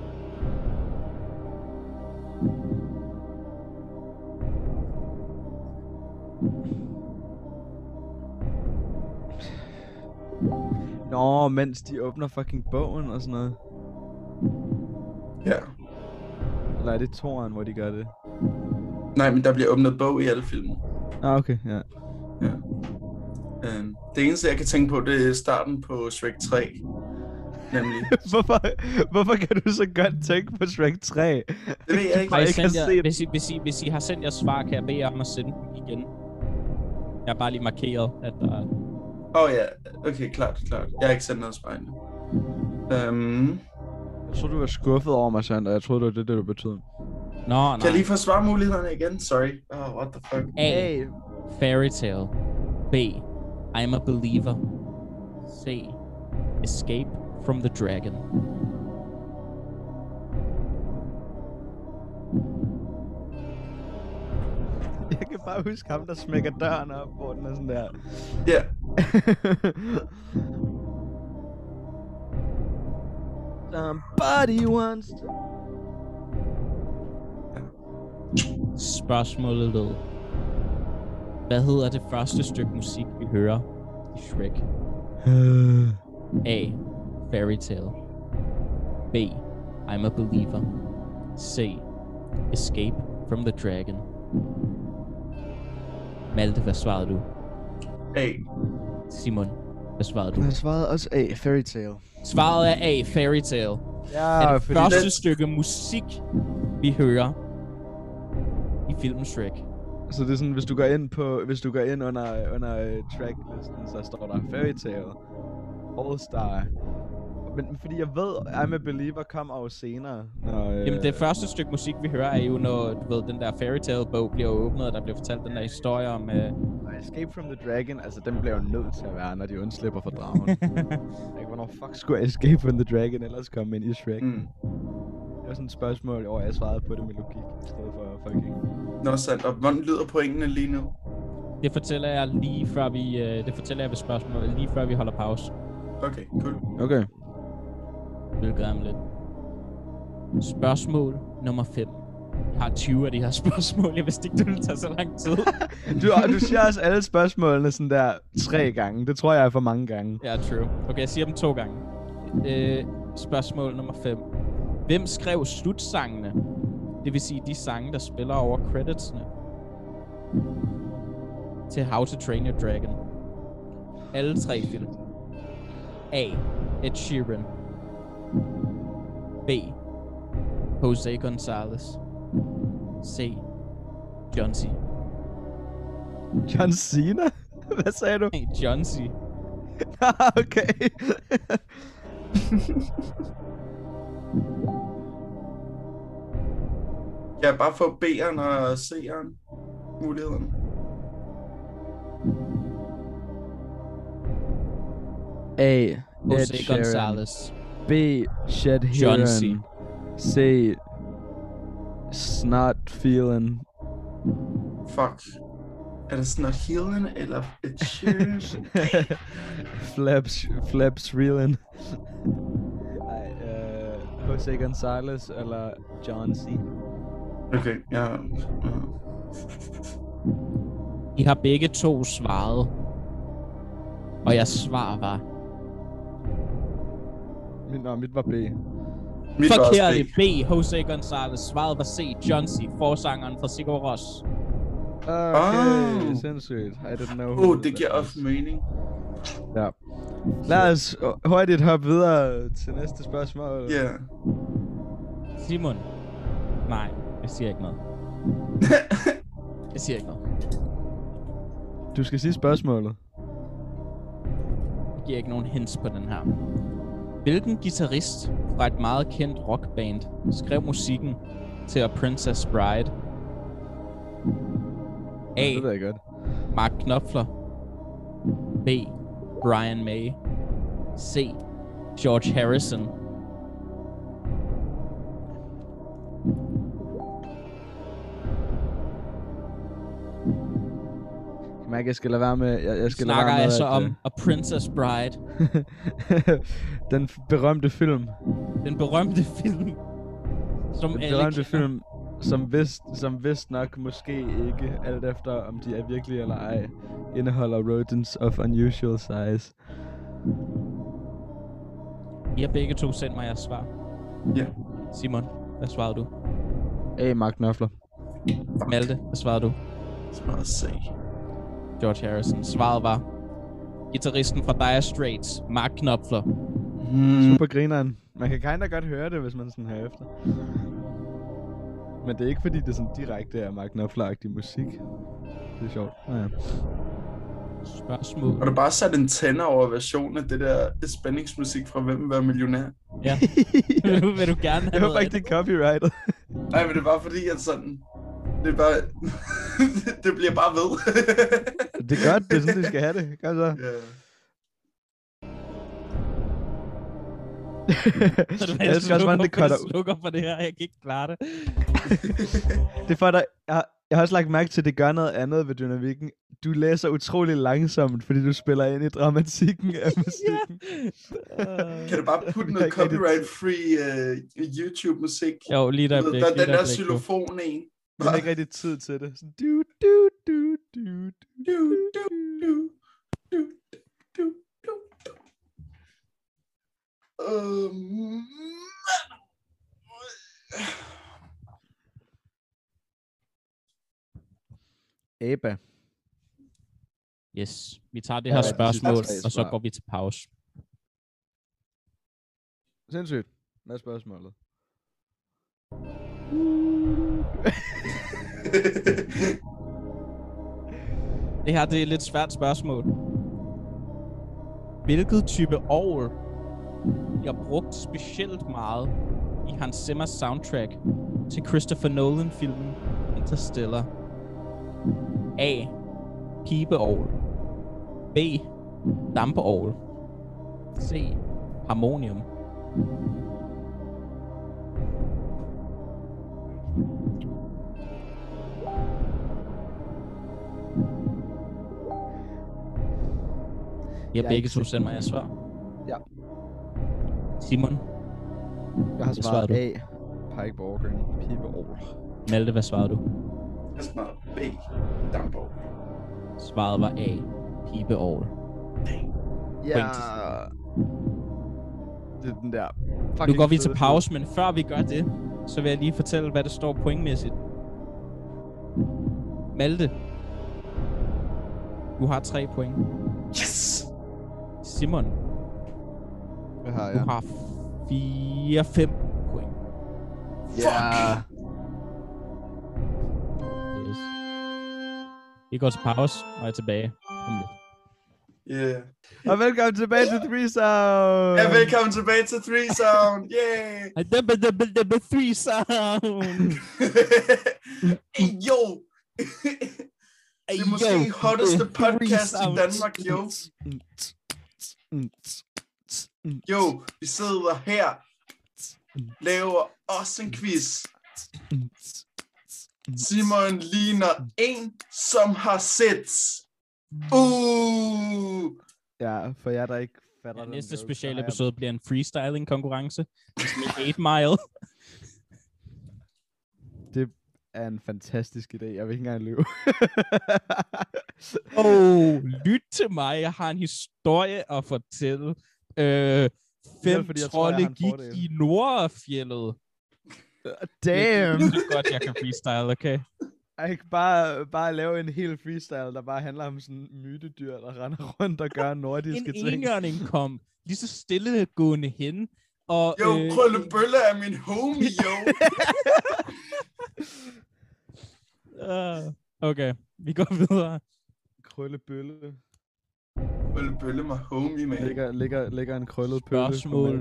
Nå, mens de åbner fucking bogen og sådan noget. Ja. Eller er det toren, hvor de gør det? Nej, men der bliver åbnet bog i alle filmer. Ah, okay, ja. Ja. Um, det eneste, jeg kan tænke på, det er starten på Shrek tre. Nemlig. hvorfor, hvorfor kan du så godt tænke på Shrek tre? Det ved jeg ikke. Har I sendt jer, hvis, I, hvis, I, hvis I har sendt jeres svar, kan jeg bede jer om at sende dem igen. Jeg har bare lige markeret, at der er... Åh oh, ja, okay, klart, klart. Jeg har ikke sendt noget spejl. Um... Jeg troede, du var skuffet over mig, Sander. Jeg troede, det var det, det, du betød. Nå, nej. Kan jeg lige få svarmulighederne igen? Sorry. Oh, what the fuck? A. Fairy tale. B. I'm a believer. C. Escape from the dragon. Jeg kan bare huske ham, der smækker døren op, hvor den er sådan der. Ja. Yeah. Somebody wants to... Spørgsmålet lød. Hvad hedder det første stykke musik, vi hører i Shrek? A. Fairy tale. B. I'm a believer. C. Escape from the dragon. Malte, hvad svarede du? A. Simon, hvad svarede du? Jeg svarede også A. Fairy tale. Svaret er A. Fairy tale. Ja, er det fordi første det... stykke musik, vi hører i filmen Shrek. Så det er sådan, hvis du går ind på, hvis du går ind under under tracklisten, så står der Fairy Tale, All Star. Men fordi jeg ved, I'm a Believer kommer jo senere. Når, øh... Jamen det første stykke musik vi hører er jo når du ved den der Fairy Tale bog bliver åbnet, og der bliver fortalt den der historie om. Øh... Escape from the Dragon, altså den bliver jo nødt til at være, når de undslipper fra dragen. Ikke, hvornår fuck skulle Escape from the Dragon ellers komme ind i Shrek? Mm. Det var sådan et spørgsmål, hvor jeg svarede på det med logik i stedet for fucking. Nå sandt, og hvordan lyder pointene lige nu? Det fortæller jeg lige før vi, øh, det fortæller jeg ved spørgsmålet, lige før vi holder pause. Okay, cool. Okay. Det vil græmme lidt. Spørgsmål nummer fem. Jeg har tyve af de her spørgsmål, jeg vidste ikke, det ville tage så lang tid. du, du siger også alle spørgsmålene sådan der tre gange, det tror jeg er for mange gange. Ja, true. Okay, jeg siger dem to gange. Øh, spørgsmål nummer fem. Hvem skrev slutsangene? Det vil sige de sange, der spiller over creditsene til How to Train Your Dragon. Alle tre film. A. Ed Sheeran. B. Jose Gonzalez. C. John C. John Cena? Hvad sagde du? Hey, John C. Okay. Kan jeg bare få B'eren og C'eren mulighederne? A. Jose Gonzalez. B. Shed John Heron. C. C. Snot Feeling. Fuck. Er det Snot Healing eller Ed Sheeran? Flaps, Flaps Reeling. Ej, uh, Jose Gonzalez eller John C. Okay, ja. Uh. I har begge to svaret. Og jeres svar var... Mit, nå, mit var B. Mit Forkert i B. Jose Gonzalez. Svaret var C. John C. Forsangeren fra Sigur Rós. Okay, oh. sindssygt. I didn't know. Oh, det giver også mening. Ja. Lad os hurtigt hoppe videre til næste spørgsmål. Ja. Yeah. Simon. Nej, jeg siger ikke noget. Jeg siger ikke noget. Du skal sige spørgsmålet. Jeg giver ikke nogen hints på den her. Hvilken guitarist fra et meget kendt rockband skrev musikken til A Princess Bride? A. Det ved jeg godt. Mark Knopfler. B. Brian May. C. George Harrison. Mærke, jeg skal lade være med... Jeg, jeg skal Snakker lade være med, altså at, om A Princess Bride. Den berømte film. Den berømte film. Som Den alle berømte kender. film, som vist, som vist nok måske ikke, alt efter om de er virkelige eller ej, indeholder rodents of unusual size. I har begge to sendt mig jeres svar. Ja. Yeah. Simon, hvad svarede du? A. Mark Knopfler. Malte, hvad svarede du? Svaret C. George Harrison. Svaret var guitaristen fra Dire Straits, Mark Knopfler. Hmm. Super grineren. Man kan kinda godt høre det, hvis man sådan hører efter. Men det er ikke fordi, det er sådan direkte er Mark Knopfler-agtig musik. Det er sjovt. Ja, ja. Spørgsmål. Har du bare sat en tænder over version af det der spændingsmusik fra Hvem vil være millionær? Ja. vil, du, vil du gerne have jeg håber ikke, det er copyrightet. Nej, men det er bare fordi, at sådan... Det er bare... det bliver bare ved. Det er godt, det er sådan, de skal have det. Gør så. Ja. Så du jeg skal også, hvordan det cutter ud. Slukker for det her, jeg kan ikke klare det. Det er for dig. Jeg, jeg har også lagt mærke til, at det gør noget andet ved dynamikken. Du læser utrolig langsomt, fordi du spiller ind i dramatikken af musikken. Yeah. Kan du bare putte noget copyright-free uh, YouTube-musik? Jo, lige der blik. Der, den der xylofon en. Jeg har ikke rigtig tid til det. Sådan, du, du, du, du, du, du, du, du, du. Um... Aba. Yes, vi tager det her ja, spørgsmål, og så går vi til pause. Sindssygt. Hvad er spørgsmålet? Det her det er et lidt svært spørgsmål. Hvilket type orgel jeg har brugt specielt meget i Hans Zimmers soundtrack til Christopher Nolan-filmen Interstellar? A. Pibeorgel. B. Dampeorgel. C. Harmonium. Jeg har begge to sendt mig et svar. Ja. Simon? Jeg har svaret A. Pibeorgel. Pibeorgel. Malte, hvad svarede du? Jeg svarede B. Dampeorgel. Svaret var A. Pibeorgel. Ja. Det er den der. Nu går vi til pause, men før vi gør det, så vil jeg lige fortælle, hvad der står pointmæssigt. Malte. Du har tre point. Yes! Simon. Hvad har jeg? Du har fire, fem point. Ja. Yes. Vi går til pause, og er tilbage om lidt. Yeah. Og velkommen tilbage til Three Sound. Ja, velkommen tilbage til Three Sound. Yeah. Double, double, double, Three Sound. Yo. Det er måske hotteste podcast i Danmark, jo. Jo, vi sidder her, laver også en quiz. Simon ligner en, som har set. Uh! Ja, for jer, der ikke fatter ja, den. Næste speciale episode bliver en freestyling-konkurrence. Med eight mile. Det er en fantastisk idé. Jeg vil ikke engang løbe. Åh, oh, lyt til mig. Jeg har en historie at fortælle. Øh, fem fordi, trolde gik i Nordfjellet. Damn! Det er godt, jeg kan freestyle, okay? Jeg kan bare, bare lave en hel freestyle, der bare handler om sådan mytedyr, der render rundt og gør nordiske en ting. En enhjørning kom lige så stille gående hen. Og, jo, øh, Krøllebølle er min homie, jo. uh, okay, vi går videre. Krøllebølle. Krøllebølle med homie, man. Ligger, ligger, ligger en krøllet pølle. Spørgsmål.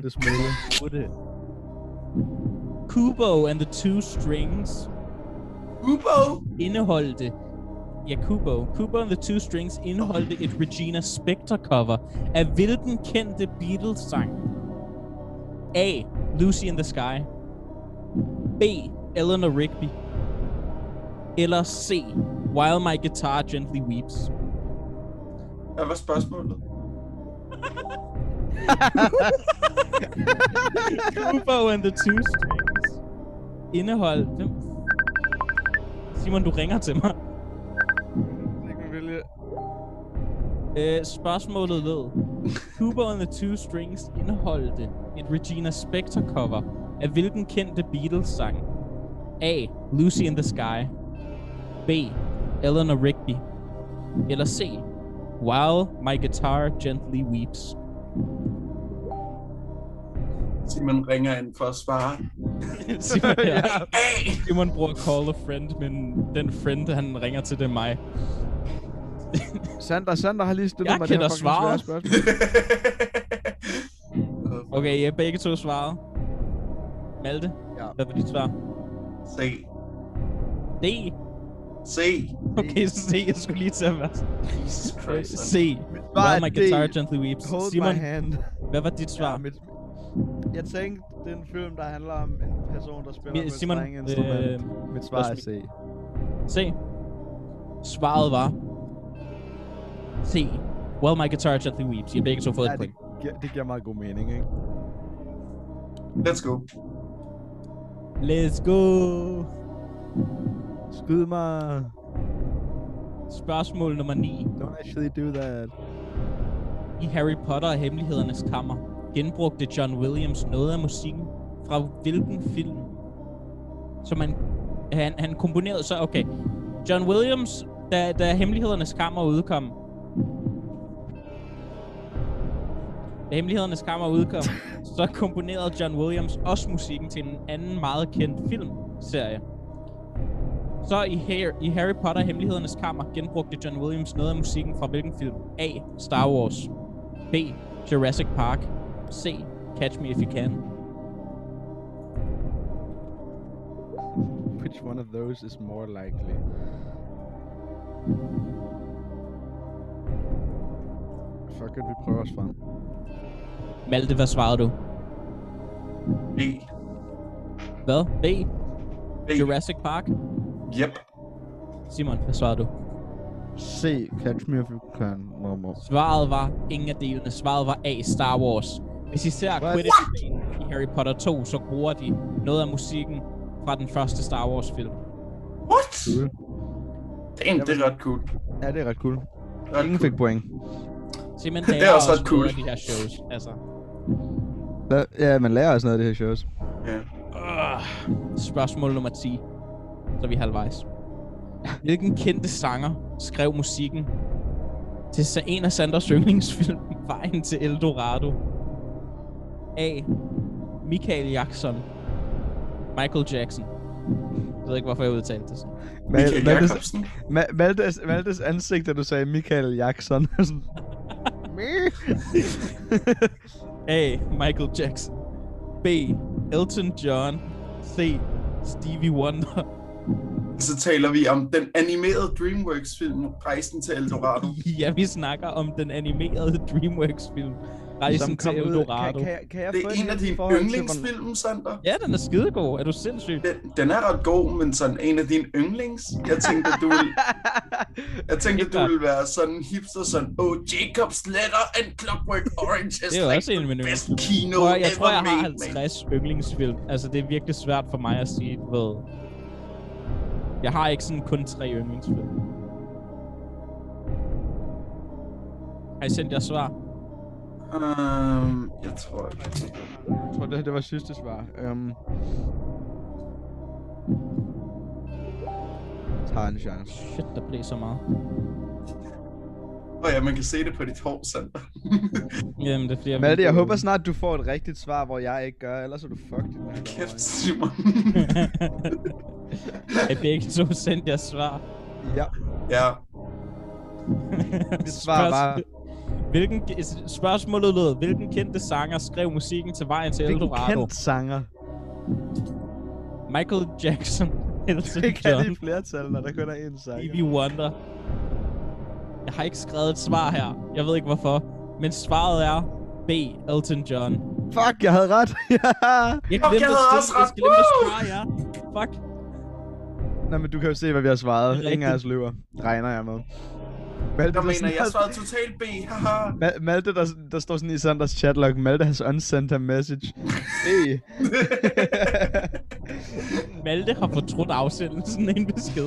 Kubo and the Two Strings. Kubo? Indeholdte. Ja, Kubo. Kubo and the Two Strings indeholdte et Regina Spektor cover af hvilken kendte Beatles-sang? A. Lucy in the Sky. B. Eleanor Rigby. Eller C. While My Guitar Gently Weeps. Hvad var spørgsmålet? Kubo and the Two Strings indeholdt... Hvem? Simon, du ringer til mig. Øh, spørgsmålet lød. Kubo and the Two Strings indeholdte et Regina Spektor cover af hvilken kendte Beatles-sang? A. Lucy in the Sky. B. Eleanor Rigby. Eller C. While My Guitar Gently Weeps. Simon ringer ind for at svare. Simon, ja. Simon bruger call a friend, men den friend, han ringer til, det er mig. Sander, Sander har lige stillet Jeg mig det her kender fucking svære svaret. spørgsmål. Okay, jeg begge to svaret. Malte, Ja. hvad var dit svar? C. D. C. Okay, så C, jeg skulle lige til at være Jesus Christ. C. Svar While my D. guitar gently weeps. Hold Simon, my hand. hvad var dit svar? Ja, mit, jeg tænkte, det er en film, der handler om en person, der spiller Mi- på et Simon, strengeinstrument. øh, Mit svar er også C. C. Svaret var C. While my guitar gently weeps. I har begge to fået Ja, et det, point. giver, det giver meget god mening, ikke? Let's go. Let's go. Skyd mig. Spørgsmål nummer ni. Don't actually do that. I Harry Potter og Hemmelighedernes Kammer genbrugte John Williams noget af musikken fra hvilken film? Så man, han, han komponerede så, okay. John Williams, da, da Hemmelighedernes Kammer udkom, da Hemmelighedernes Kammer udkom, så komponerede John Williams også musikken til en anden meget kendt filmserie. Så i, Harry, i Harry Potter og Hemmelighedernes Kammer genbrugte John Williams noget af musikken fra hvilken film? A. Star Wars. B. Jurassic Park. C. Catch Me If You Can. Which one of those is more likely? Fuck it, vi prøver os frem. Malte, hvad svarede du? B. Hvad? B. B. Jurassic Park. Yep. Simon, hvad svarede du? C. Catch me if you can. Mama. Svaret var ingen af delene. Svaret var A. Star Wars. Hvis I ser Quidditch-scenen i Harry Potter to, så bruger de noget af musikken fra den første Star Wars-film. What? Cool. Damn, det er ret cool. Ja, det er ret cool. Ret Ingen cool. fik point. Simpelthen, Det er også ret cool. De her shows, altså. Hva? Ja, man lærer også noget af det her shows. Ja. Uh, spørgsmål nummer ti. Så er vi halvvejs. Hvilken kendte sanger skrev musikken til sa- en af Sanders yndlingsfilm, Vejen til Eldorado? A. Michael Jackson. Michael Jackson. Jeg ved ikke, hvorfor jeg udtalte det sådan. Michael Maltes, Jacobsen. Ma- Maltes, Maltes ansigt, da du sagde Michael Jackson. A. Michael Jackson. B. Elton John. C. Stevie Wonder. Så taler vi om den animerede DreamWorks-film, Rejsen til Eldorado. Ja, vi snakker om den animerede DreamWorks-film, Rejsen til Eldorado. Kan, kan, kan jeg Det få er en af dine forhold til, yndlingsfilm, Sander. Ja, den er skidegod. Er du sindssyg? Den, den er ret god, men sådan en af dine yndlings. Jeg tænkte, at du ville, jeg tænkte, at du ville være sådan hipster, sådan, oh, Jacob's Letter and Clockwork Orange is Det er jo like også en af the mine best yndlingsfilm. kino Prøv, jeg ever tror, jeg har made, halvtreds yndlingsfilm. Altså, det er virkelig svært for mig at sige, ved. Jeg har ikke sådan kun tre yndlingsfilm. Har I sendt jeres svar? Um, jeg tror ikke. Jeg tror, det, det var sidste svar. Um, tager en chance. Shit, der blev så meget. Åh oh, ja, man kan se det på dit hår, Sander. Jamen, det er fordi, jeg... Malte, jeg håber snart, du får et rigtigt svar, hvor jeg ikke gør, ellers er du fucked. i den her Kæft, lort. Simon. Jeg begge to sendt jeres svar. Ja, Ja. mit svar var... Hvilken, spørgsmålet lød, hvilken kendte sanger skrev musikken til Vejen til Hvilken Eldorado? kendt sanger? Michael Jackson, Elton Det kan John, de flertal, når der kun er én sanger. Stevie Wonder. Jeg har ikke skrevet et svar her. Jeg ved ikke hvorfor. Men svaret er B. Elton John. Fuck, jeg havde ret! Jeg glemte jeg havde at også stille, jeg ret. glemte at svare, ja. Fuck. Nå, men du kan jo se, hvad vi har svaret. Det er Ingen af os rigtigt. løber. Regner jeg med. Malte, Jeg der mener, sådan- jeg svarede totalt B. Haha. Ma- Malte, der, der står sådan i Sanders chatlog, Malte has unsent a message. Hey. Malte har fortrudt afsendelsen af en besked.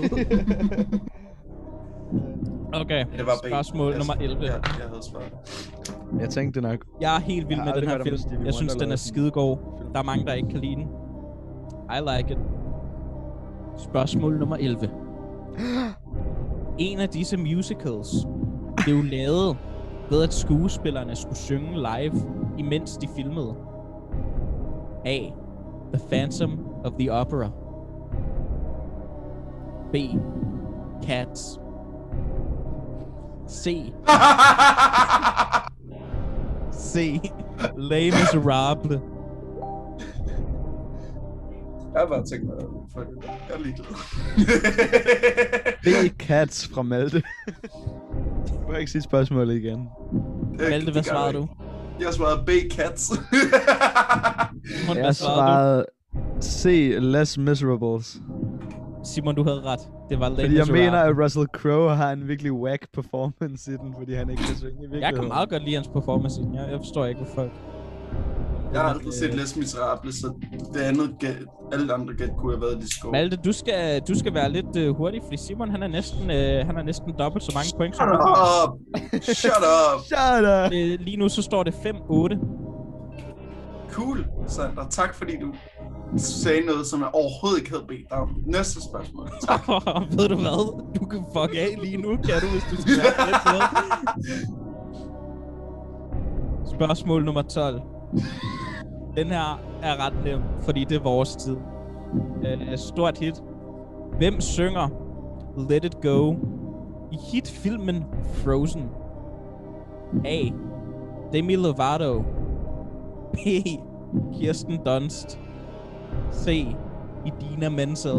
Okay, Det var B. spørgsmål Jeg- nummer elleve. Jeg, jeg havde svaret. Jeg tænkte det nok. Jeg er helt vild Jeg med har den aldrig her hørt om film. Stevie Jeg synes, Wonder den er lavede sådan skidegod. film. Der er mange, der ikke kan lide den. I like it. Spørgsmål nummer elleve. En af disse musicals blev lavet ved, at skuespillerne skulle synge live, imens de filmede. A. The Phantom of the Opera. B. Cats. C. C. Les Miserables. Jeg har bare tænkt mig, fuck it. Jeg er ligeglad. B. Cats fra Malte. Du må ikke sige spørgsmålet igen. Malte, hvad svarede du? Jeg svarede B. Cats. Simon, jeg svarede C. Les Miserables. Simon, du havde ret. Det var Les Fordi jeg Miserables. mener, at Russell Crowe har en virkelig whack performance i den, fordi han ikke kan synge i virkeligheden. Jeg kan meget godt lide hans performance i den. Jeg, jeg forstår ikke, hvorfor. Jeg har aldrig set Les Miserables, så det andet gæt, alle andre gæt kunne have været de skove. Malte, du skal, du skal være lidt uh, hurtig, fordi Simon, han er næsten, uh, han er næsten dobbelt så mange point som du. Shut up! Shut up! Shut up! Uh, lige nu så står det fem otte. Cool, Sander. Tak fordi du sagde noget, som jeg overhovedet ikke havde bedt dig om. Næste spørgsmål. Tak. Ved du hvad? Du kan fuck af lige nu, kan du, hvis du skal være lidt med. Spørgsmål nummer tolv. Den her er ret nem, fordi det er vores tid. Uh, stort hit. Hvem synger Let It Go i hitfilmen Frozen? A. Demi Lovato. B. Kirsten Dunst. C. Idina Menzel.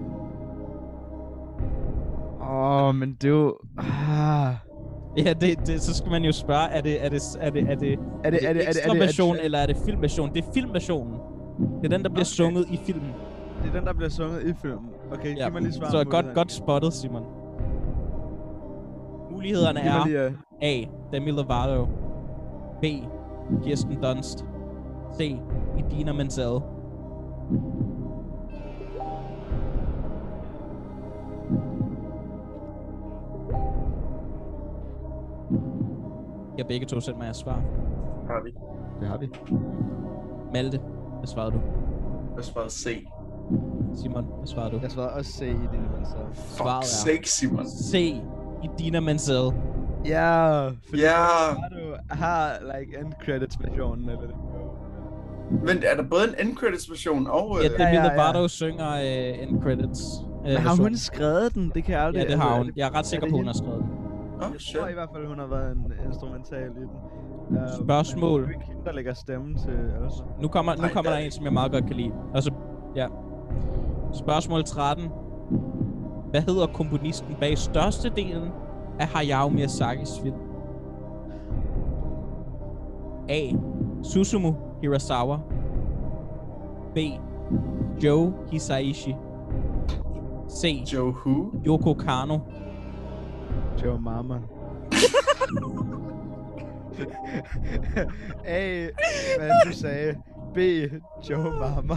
Åh, oh, men det er jo... Ah. Ja, det, det, så skal man jo spørge, er det, er det, er det, er det, er det, er det, ekstra version, eller er det filmversion? Det er filmversionen. Det er den, der bliver okay. sunget i filmen. Det er den, der bliver sunget i filmen. Okay, ja. giv mig lige svar. Så godt, godt spottet, Simon. Mulighederne er lige, uh... A. Demi Lovato. B. Kirsten Dunst. C. Idina Menzel. Jeg begge to selv mig at svare. Har vi. Det har vi. Malte, hvad svarede du? Jeg svarede C. Simon, hvad svarede du? Jeg svarede også C i Idina Menzel. Fuck sake, Simon. C. Idina Menzel. Ja, fordi yeah. du har like end credits versionen eller det. Men er der både en end credits version og ja, Demi ja, ja, Lovato ja. synger uh, end credits. Uh, Men har hun skrevet den? Det kan jeg aldrig. Ja, det har hun. Jeg er ret sikker er på, hun har skrevet den. Oh, jeg tror i hvert fald, hun har været en instrumental i den. Uh, Spørgsmål. Men det er ikke hende, der lægger stemmen til. Altså. Nu kommer, nu kommer der en, som jeg meget godt kan lide. Altså, ja. Spørgsmål tretten. Hvad hedder komponisten bag størstedelen af Hayao Miyazakis film? A. Susumu Hirasawa. B. Joe Hisaishi. C. Joe who? Yoko Kanno. Joe Mama. A. Hvad du sagde. B. Joe Mama.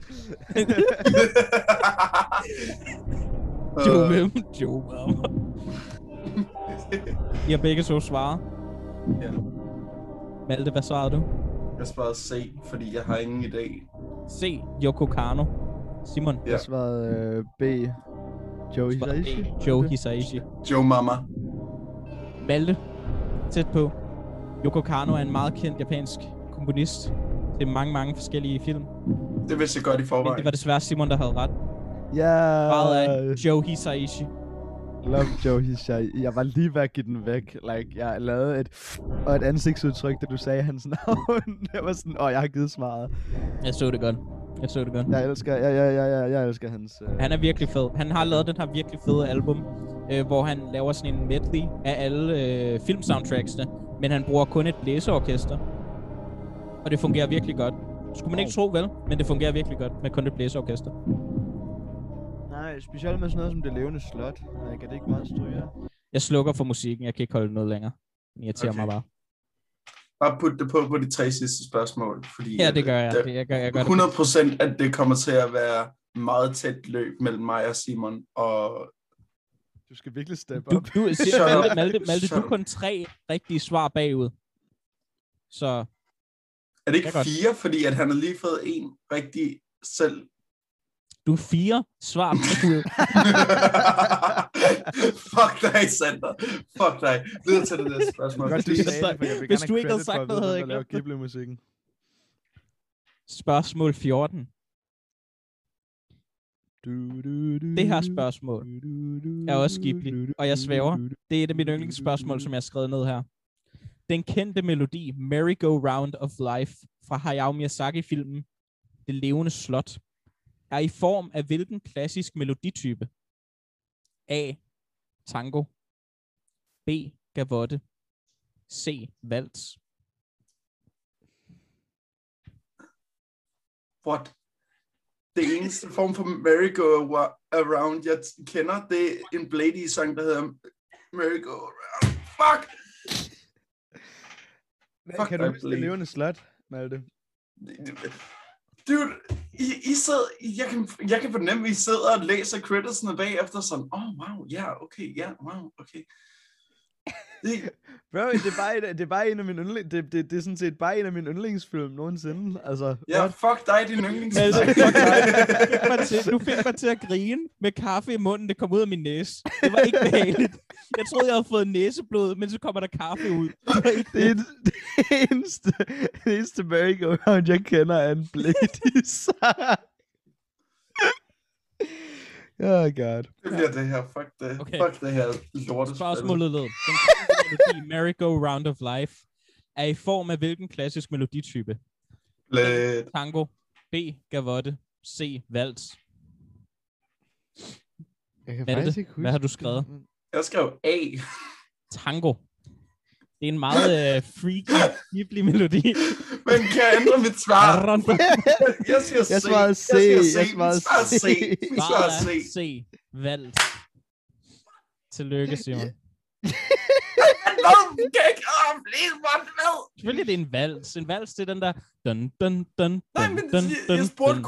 Joe hvem? Joe Mama. I har begge så svaret. Ja. Malte, hvad svarede du? Jeg svarede C, fordi jeg har ingen idé. C. Yoko Kanno. Simon? Ja. Jeg svarede uh, B. Joe Hisaishi. Joe Hisaishi. Joe Mama. Malte? Tæt på. Yoko Kanno er en meget kendt japansk komponist. Det er mange, mange forskellige film. Det vidste jeg godt i forvejen. Men det var desværre Simon, der havde ret. Ja. Yeah. Svaret af Joe Hisaishi. Love Joe Hisaishi. Jeg var lige ved at give den væk. Like, jeg lavede et, og et ansigtsudtryk, da du sagde hans navn. Jeg var sådan, åh, oh, jeg har givet svaret. Jeg så det godt. Jeg så det godt. Jeg elsker, jeg, jeg, jeg, jeg, jeg elsker hans... Uh... Han er virkelig fed. Han har lavet den her virkelig fede album, øh, hvor han laver sådan en medley af alle øh, filmsoundtracksene, men han bruger kun et blæseorkester. Og det fungerer virkelig godt. Skulle man ikke tro vel, men det fungerer virkelig godt med kun et blæseorkester. Nej, specielt med sådan noget som Det Levende Slot. Like, er det ikke meget stryger? Jeg slukker for musikken. Jeg kan ikke holde noget længere. Jeg irriterer okay. mig bare. Bare put det på på de tre sidste spørgsmål. Fordi ja, det gør jeg. Det, jeg, gør, jeg gør hundrede procent at det kommer til at være meget tæt løb mellem mig og Simon. Og du skal virkelig steppe du, op. Du, siger, Malte, Malte, Malte du er kun tre rigtige svar bagud. Så... Er det ikke fire, fordi at han har lige fået en rigtig selv? Du er fire svar bagud. Fuck dig, Sander. Fuck dig. Videre til det næste spørgsmål. Godt, du sagde det, hvis du ikke havde sagt noget, havde jeg ikke lavet Ghibli-musikken. Spørgsmål fjorten. Det her spørgsmål er også Ghibli, og jeg svæver. Det er et af mine yndlingsspørgsmål, som jeg har skrevet ned her. Den kendte melodi Merry-Go-Round of Life fra Hayao Miyazaki-filmen Det levende slot er i form af hvilken klassisk meloditype? A. Tango. B. Gavotte. C. Vals. What? Det eneste form for merry-go-around, jeg kender, det er en Blady-sang, der hedder Merry-Go-Around. Fuck! Fuck, kan du huske Det levende slot, Malte? Dude, I, I sidder, jeg, kan, jeg kan fornemme, at I sidder og læser creditsene bagefter sådan, åh, oh, wow, ja, yeah, okay, ja, yeah, wow, okay. Det... Bro, det er bare, det er bare en af mine yndlings, det, det, det er sådan set bare en af mine yndlingsfilm nogensinde, altså. Ja, what? fuck dig, din yndlingsfilm. Altså, du fik mig til at grine med kaffe i munden, det kom ud af min næse. Det var ikke behageligt. Jeg troede, jeg havde fået næseblod, men så kommer der kaffe ud. Det var ikke det. Det, det eneste, det eneste merry-go-round, jeg kender, er en Blady-sang. Oh god. Det bliver det her. Fuck det. Okay. Fuck det her lortespil. Spørgsmålet lød. Den klassiske melodi Merry-Go-Round of Life er i form af hvilken klassisk meloditype? Let. Tango. B. Gavotte. C. Vals. Jeg kan hvad, faktisk ikke huske. Hvad har du skrevet? Jeg skrev A. Tango. Det er en meget uh, freaky, Ghibli melodi. Men kan jeg ændre mit svar? Jeg siger C. Jeg svarede C. Jeg svarede C. Jeg svarede C. C. Vals. Tillykke, Simon. Nå, du kan ikke blive mig med. Selvfølgelig det er en vals. En vals, det er den der... Dun, dun, dun, Nej, men jeg spurgte...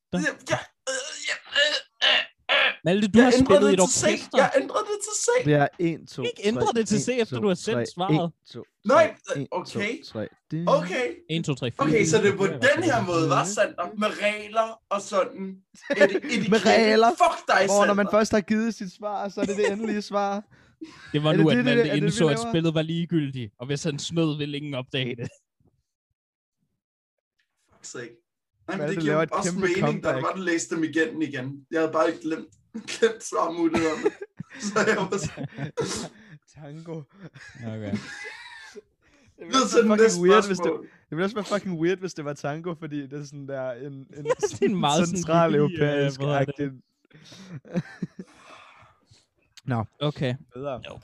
Malte, du jeg har spillet i et orkester. Jeg ændrede det til C. Det er en, to, ikke ændre det til C, efter du har sendt svaret. Nej, okay. Okay. en, to, tre, fire. Okay, så det på den her måde var Sander med regler og sådan. Med regler? Fuck dig, Sander. Hvor når man først har givet sit svar, så er det det endelige svar. Det var nu, at Malte indså, at spillet var ligegyldigt. Og hvis han snød, ville ingen opdage det. Fuck sake. Nej, men det giver også mening, da man læste dem igen igen. Jeg havde bare ikke glemt, glemt svarmulighederne. Så jeg var sådan... Tango. Okay. Det ville også være fucking weird, hvis det, det ville også være fucking weird, hvis det var tango, fordi det er sådan der en, en, ja, en meget central europæisk uh, agtig. Nå. Okay. No.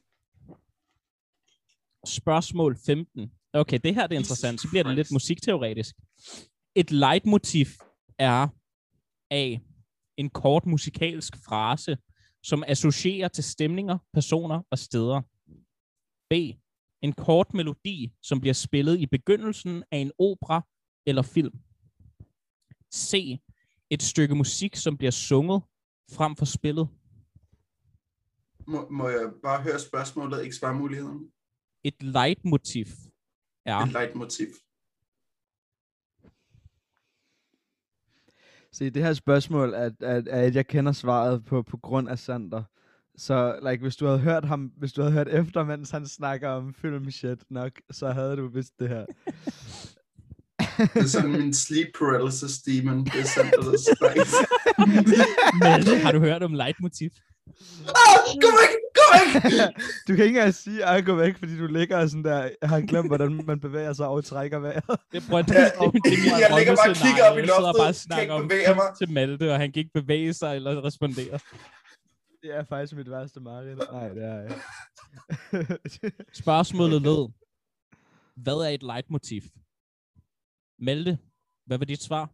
Spørgsmål femten. Okay, det her det er interessant. Så bliver det lidt musikteoretisk. Et leitmotiv er A. En kort musikalsk frase, som associerer til stemninger, personer og steder. B. En kort melodi, som bliver spillet i begyndelsen af en opera eller film. C. Et stykke musik, som bliver sunget frem for spillet. Må, må jeg bare høre spørgsmålet, ikke svarmuligheden? Et leitmotiv er... Et leitmotiv. Se, det her spørgsmål er, er, er at jeg kender svaret på, på grund af Sander. Så like, hvis du havde hørt ham, hvis du havde hørt efter, mens han snakker om film shit nok, så havde du vidst det her. Det er sådan min sleep paralysis demon. Det er Sander, der spice. Men har du hørt om leitmotiv? Ah, gå væk! Gå væk! Du kan ikke engang sige, at gå væk, fordi du ligger sådan der, jeg har glemt, hvordan man bevæger sig og trækker vejret. Det prøver, det, det, det, det, det jeg ligger bare og kigger op i loftet, kan ikke bevæge mig. Til Malte, og han kan ikke bevæge sig eller respondere. Det er faktisk mit værste mareridt. Nej, det er jeg. Spørgsmålet lød. Hvad er et leitmotiv? Malte, hvad var dit svar?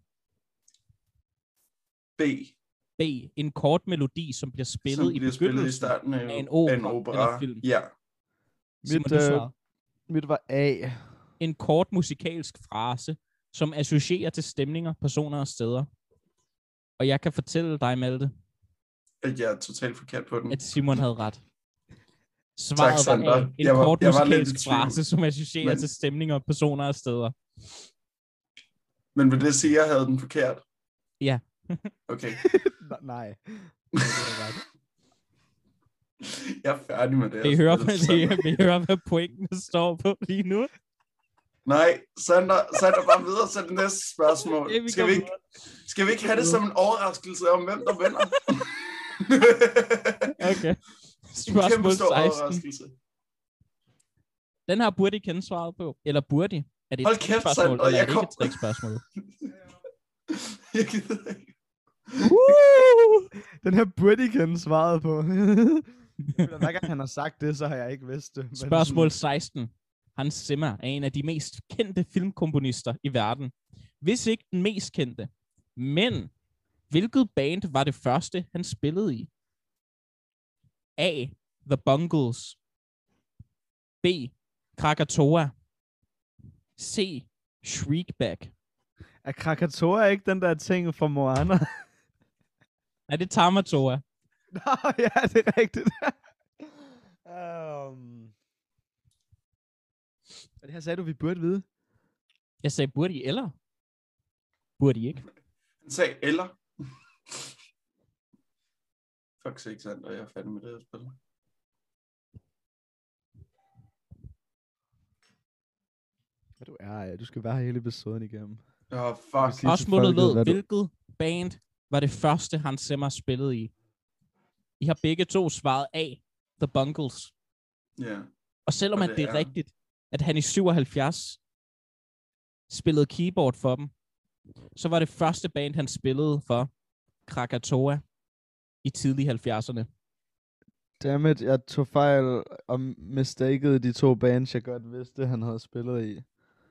B. B. En kort melodi, som bliver spillet som i bliver begyndelsen spillet i starten af, af en opera, en opera. eller film. Ja. Mit, øh, mit var A. En kort musikalsk frase, som associerer til stemninger, personer og steder. Og jeg kan fortælle dig, Malte, at jeg er totalt forkert på den. At Simon havde ret. Svaret tak, var A. En jeg var, kort jeg musikalsk frase, som associerer men... til stemninger, personer og steder. Men vil det sige, at jeg havde den forkert? Ja. Okay. Nej. Jeg er færdig med det. Vi hører, hvad, vi hører, hvad pointen står på lige nu. Nej, Sander, Sander bare videre til det næste spørgsmål. Okay, vi skal, vi ikke, skal vi ikke have det som en overraskelse om, hvem der vinder? Okay. Spørgsmål seksten. Den her burde I kende svaret på. Eller burde I? Er det et Hold kæft, spørgsmål, Sander, eller er det kom... ikke et trickspørgsmål? Jeg gider ikke. Uh, den her burde I kende svaret på. Hver gang han har sagt det, så har jeg ikke vidst det. Spørgsmål seksten. Hans Zimmer er en af de mest kendte filmkomponister i verden. Hvis ikke den mest kendte. Men hvilket band var det første, han spillede i? A. The Bungles. B. Krakatoa. C. Shriekback. Er Krakatoa ikke den der ting fra Moana? Er det Tamatoa? Nå, ja, det er rigtigt. um... Det her sagde du, vi burde vide. Jeg sagde, burde I eller? Burde I ikke? Han sagde eller. Fuck ikke sandt, og jeg er færdig med det her spil. Hvad du er, ja. Du skal være her hele episoden igennem. Ja, oh, fuck. Spørgsmålet lød, hvilket band var det første, Hans Zimmer spillede i? I har begge to svaret A. The Bungles. Ja. Yeah. Og selvom og det, det er, er rigtigt, at han i syvoghalvfjerds spillede keyboard for dem, så var det første band, han spillede for, Krakatoa, i tidlige halvfjerdserne. Dammit, jeg tog fejl og mistakede de to bands, jeg godt vidste, han havde spillet i.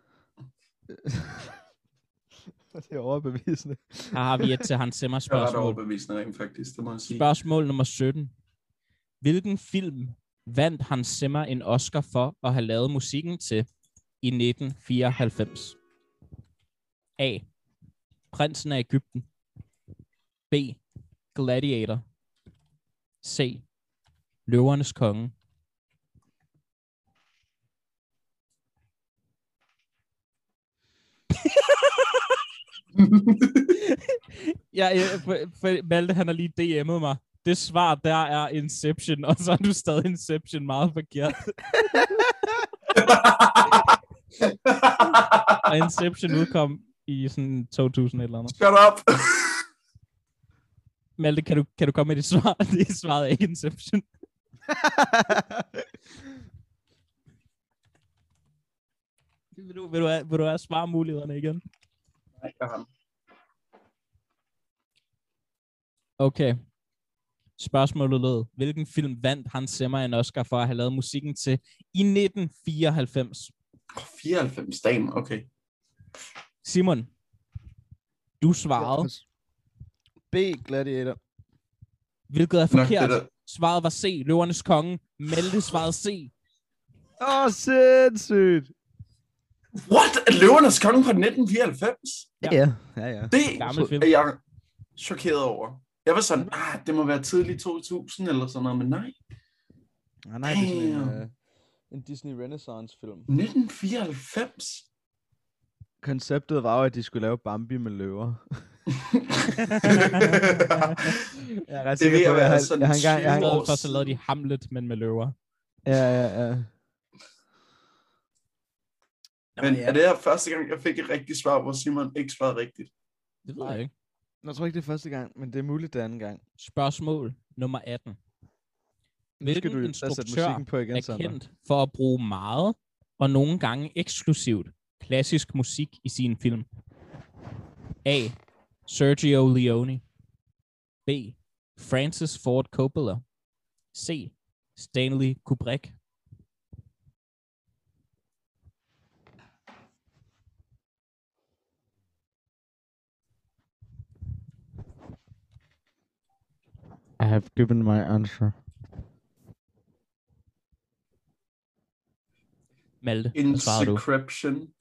Det er overbevisende. Her har vi et til Hans Zimmer spørgsmål. Det er ret overbevisende rent faktisk, det må jeg sige. Spørgsmål nummer sytten. Hvilken film vandt Hans Zimmer en Oscar for at have lavet musikken til i nitten fireoghalvfems? A. Prinsen af Egypten. B. Gladiator. C. Løvernes Konge. Ja, ja, for, for Malte, han har lige D M'et mig. Det svar der er Inception, og så er du stadig Inception meget forkert. Og Inception udkom i sådan to tusind eller andet. Shut up! Malte, kan du, kan du komme med dit svar? Det svaret er ikke Inception. vil, du, vil, du have, vil du have svarmulighederne igen? Nej, jeg har. Okay. Spørgsmålet lød, hvilken film vandt Hans Zimmer en Oscar for at have lavet musikken til i nitten fireoghalvfems? fireoghalvfems, damn, okay. Simon, du svarede. B, Gladiator. Hvilket er forkert. Nok, svaret var C, Løvernes Konge. Malte svarede C. Åh, oh, sindssygt. What? Er Løvernes Konge fra nitten fireoghalvfems? Ja, ja, ja. ja. Det er jeg chokeret over. Jeg var sådan, ah, det må være tidligt to tusind eller sådan noget, men nej. Nej, nej, det er sådan en, uh, en Disney Renaissance film. nitten fireoghalvfems? Konceptet var jo, at de skulle lave Bambi med løver. Jeg er ret sikker på, at jeg, jeg, jeg har engang... Jeg har for, så lavede de Hamlet, men med løver. Ja, ja, ja. Men er det her første gang, jeg fik et rigtigt svar, hvor Simon ikke svarede rigtigt? Det ved jeg ikke. Jeg tror ikke, det er første gang, men det er muligt, det er anden gang. Spørgsmål nummer atten. Hvilken du instruktør på igen, er Sander? kendt for at bruge meget og nogle gange eksklusivt klassisk musik i sine film? A. Sergio Leone. B. Francis Ford Coppola. C. Stanley Kubrick. I have given my answer. Malte, hvad svarer du? Inscription.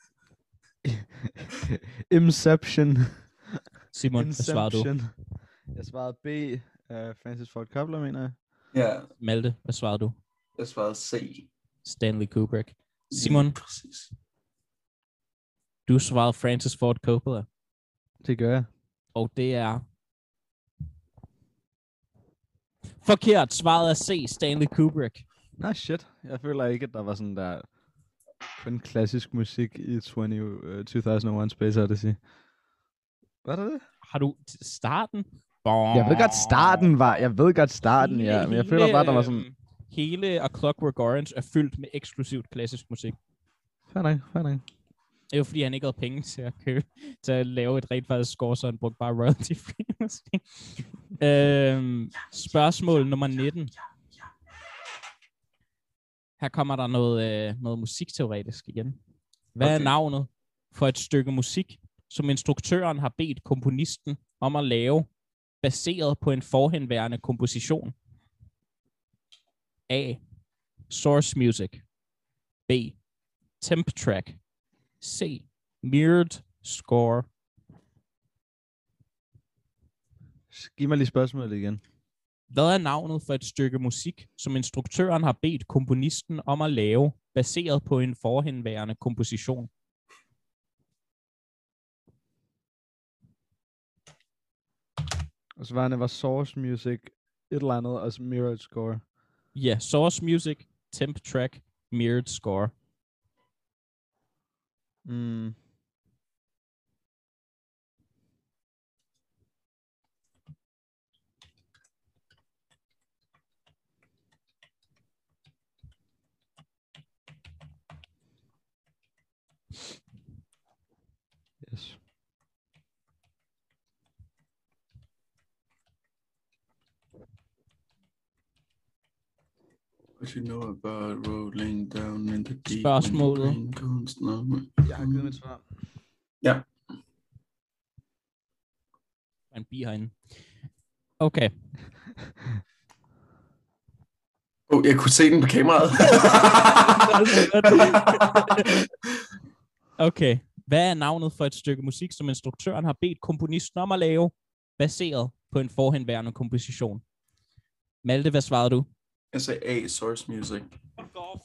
Inception. Simon, hvad svarer du? Jeg svarede B. Uh, Francis Ford Coppola, mener jeg. Ja. Malte, hvad svarer du? Jeg svarede C. Stanley Kubrick. Simon? Ja, præcis. Du svarede Francis Ford Coppola. Det gør jeg. Og det er... forkert. Svaret er C. Stanley Kubrick. Nej, shit. Jeg føler ikke, at der var sådan der Kun klassisk musik i tyve, uh, to thousand one Space Odyssey. Hvad er det? Har du starten? Jeg ved godt starten var, jeg ved godt starten, hele, ja, men jeg hele, føler bare, der var sådan... Øhm, hele A Clockwork Orange er fyldt med eksklusivt klassisk musik. Fair nok, fair nok. Det er jo fordi, han ikke havde penge til at købe, til at lave et rent faktisk score, så han brugte bare royalty-free musik. øhm, spørgsmål nummer nitten. Her kommer der noget, øh, noget musikteoretisk igen. Hvad okay. er navnet for et stykke musik, som instruktøren har bedt komponisten om at lave, baseret på en forhenværende komposition? A. Source music. B. Temp track. C. Mirrored score. Giv mig lige spørgsmålet igen. Hvad er navnet for et stykke musik, som instruktøren har bedt komponisten om at lave, baseret på en forhenværende komposition? Og svarene var source music, et eller andet, og mirrored score. Ja, yeah, source music, temp track, mirrored score. Mm. Yes. What you know about rolling down in the deep? Spørgsmålet. Jeg har givet mit svar. Ja. En bi herinde. Okay. Oh, jeg kunne se den på kameraet. Okay. Hvad er navnet for et stykke musik, som instruktøren har bedt komponisten om at lave, baseret på en forhenværende komposition? Malte, hvad svarede du? Jeg sagde A, source music. Fuck off.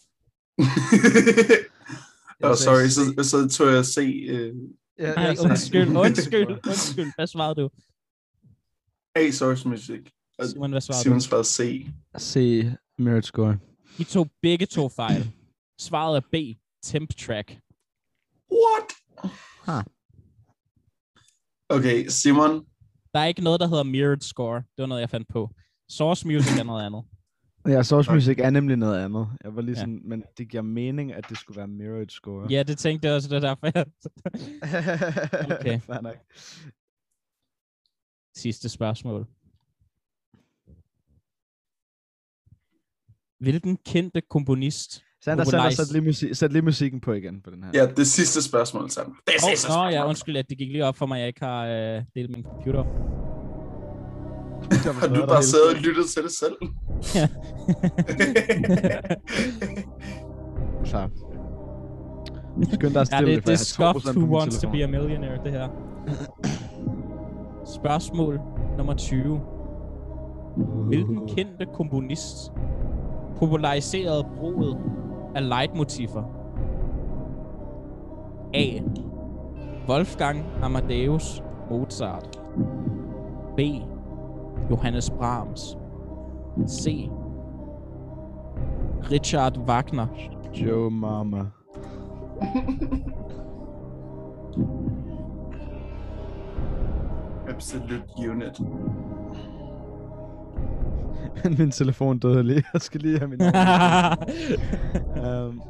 oh, sorry, så, så tog jeg C. Uh... Ja, Nej, undskyld, undskyld, undskyld. Hvad svarede du? A, source music. Simon, hvad svarede Simon du? svarede C. C, mirrored score. I tog begge to fejl. Svaret er B, temp track. What? Huh. Okay, Simon. Der er ikke noget, der hedder mirrored score. Det var noget, jeg fandt på. Source music er noget andet. Ja, source okay. music er nemlig noget andet. Jeg var lige Ja. sådan, men det giver mening, at det skulle være mirrored score. Ja, det tænkte jeg også, det er derfor. Jeg... Okay. Fair nok. Sidste spørgsmål. Hvilken kendte komponist... Sander, Sander, sæt lige, musik, sæt lige musikken på igen på den her. Ja, det sidste spørgsmål, Sander. Det er oh, sidste Nå, spørgsmål. ja, undskyld, at det gik lige op for mig, at jeg ikke har øh, delt min computer. Har du bare siddet og lyttet til det selv? Ja. Så. Skynd dig stille, ja, det, det er Scuffed Who Wants to Be a Millionaire, det her. Spørgsmål nummer tyve. Hvilken kendte komponist populariserede bruget af leitmotiver? A. Wolfgang Amadeus Mozart. B. Johannes Brahms. C. Richard Wagner. Joe Mama. Absolute unit. Min telefon døde lige. Jeg skal lige have min um.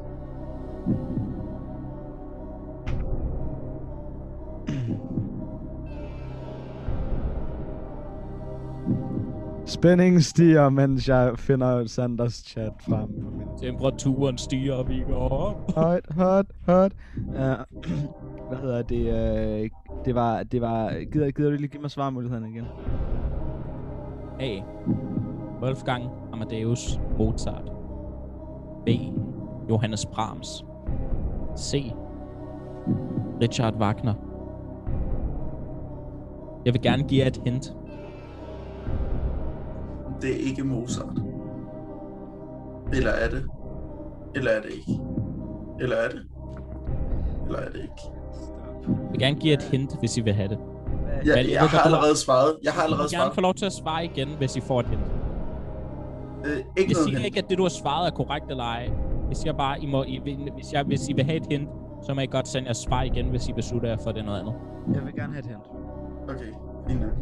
Spændingen stiger, mens jeg finder Sanders chat frem på min... Temperaturen stiger, vi går op. Hot, hot, hot. Uh, hvad hedder det? Uh, det var... Det var gider, gider du lige give mig svarmuligheden igen? A. Wolfgang Amadeus Mozart. B. Johannes Brahms. C. Richard Wagner. Jeg vil gerne give jer et hint. Det er ikke Mozart. Eller er det? Eller er det ikke? Eller er det? Eller er det ikke? Jeg vil gerne give jer et hint, hvis I vil have det. Ja, jeg, jeg har allerede svaret. Jeg har allerede svaret. Jeg vil gerne få lov til at svare igen, hvis I får et hint. Øh, ikke jeg siger ikke, at det, du har svaret, er korrekt eller ej. Jeg siger bare, I må, I, hvis, jeg, hvis I vil have et hint, så må I godt sende jeres svar igen, hvis I beslutter jer for det noget andet. Jeg vil gerne have et hint. Okay, fint nok.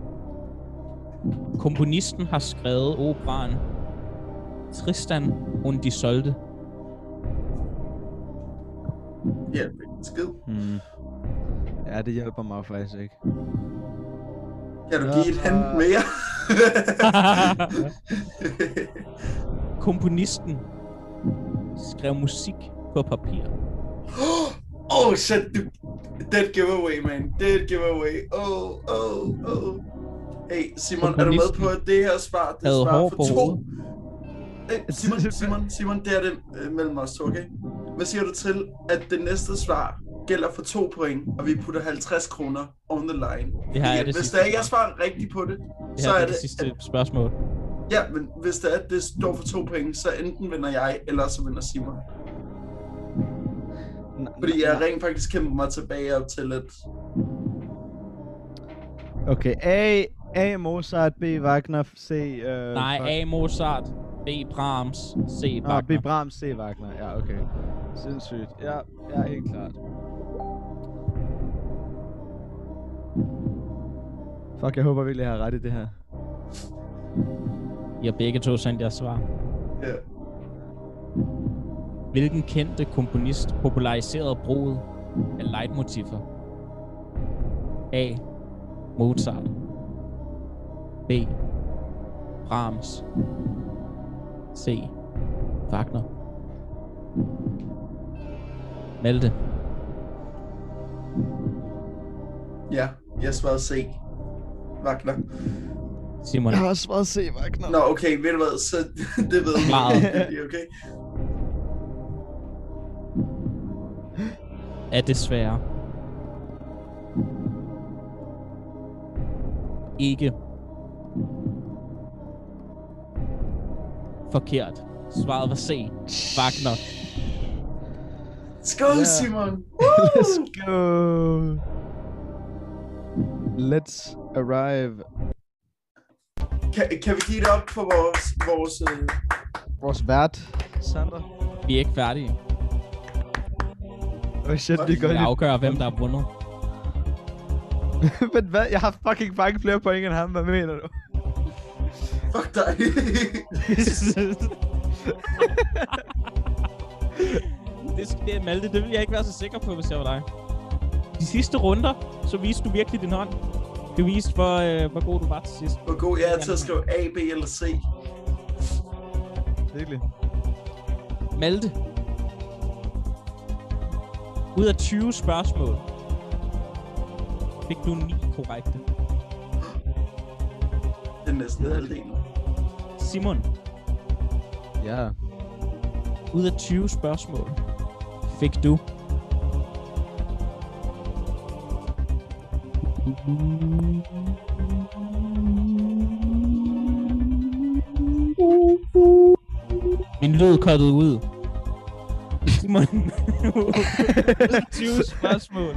Komponisten har skrevet operaen Tristan und Isolde. Ja, skid. Hmm. Ja, det hjælper mig faktisk ikke. Kan du give et hint mere? Komponisten skrev musik på papir. Oh shit, dead giveaway, man. Dead giveaway. Oh, oh, oh. Hey, Simon, er du med på, at det her svar, det er svar for to? Hey, Simon, Simon, Simon, det er det øh, mellem os to, okay? Hvad siger du til, at det næste svar gælder for to point, og vi putter halvtreds kroner on the line? Det her er det hvis sidste der ikke er svar rigtigt på det, det så er det, det det sidste at, spørgsmål. Ja, men hvis det er, at det står for to point, så enten vinder jeg, eller så vinder Simon. Fordi jeg rent faktisk kæmper mig tilbage op til at... Okay, A, A Mozart, B Wagner, C... Uh, Nej, A Mozart, B Brahms, C Wagner. Ah, B Brahms, C Wagner. Ja, okay. Sindssygt. Ja, ja, helt klart. Fuck, jeg håber virkelig, jeg har ret i det her. I har begge to sendt jeres svar. Ja. Yeah. Hvilken kendte komponist populariserede bruget af leitmotiver? A. Mozart. B. Brahms. C. Wagner. Malte. Ja, jeg svarede C. Wagner. Simon. Jeg har svaret C. Wagner. Nå, okay, ved du hvad, så det ved jeg. Okay. Er desværre ikke forkert. Svaret var C. Wagner. Skål, yeah. Simon! Let's go! Let's arrive. Kan, kan vi give det op for vores... Vores, øh... vores vært, Sander? Vi er ikke færdige. Oh shit, vi går lige. Jeg afgør, hvem der har vundet. Men hvad? Jeg har fucking mange flere point end ham. Hvad mener du? Fuck dig. det, det, Malte, det ville jeg ikke være så sikker på, hvis jeg var dig. De sidste runder, så viste du virkelig din hånd. Du viste, hvor, øh, hvor god du var til sidst. Hvor god jeg er til at skrive A, B eller C. Virkelig. Malte. Ud af tyve spørgsmål fik du ni korrekte. Det er næsten halvdelen. Simon. Ja. Ud af tyve spørgsmål fik du min lyd kottet ud. Simon. tyve spørgsmål.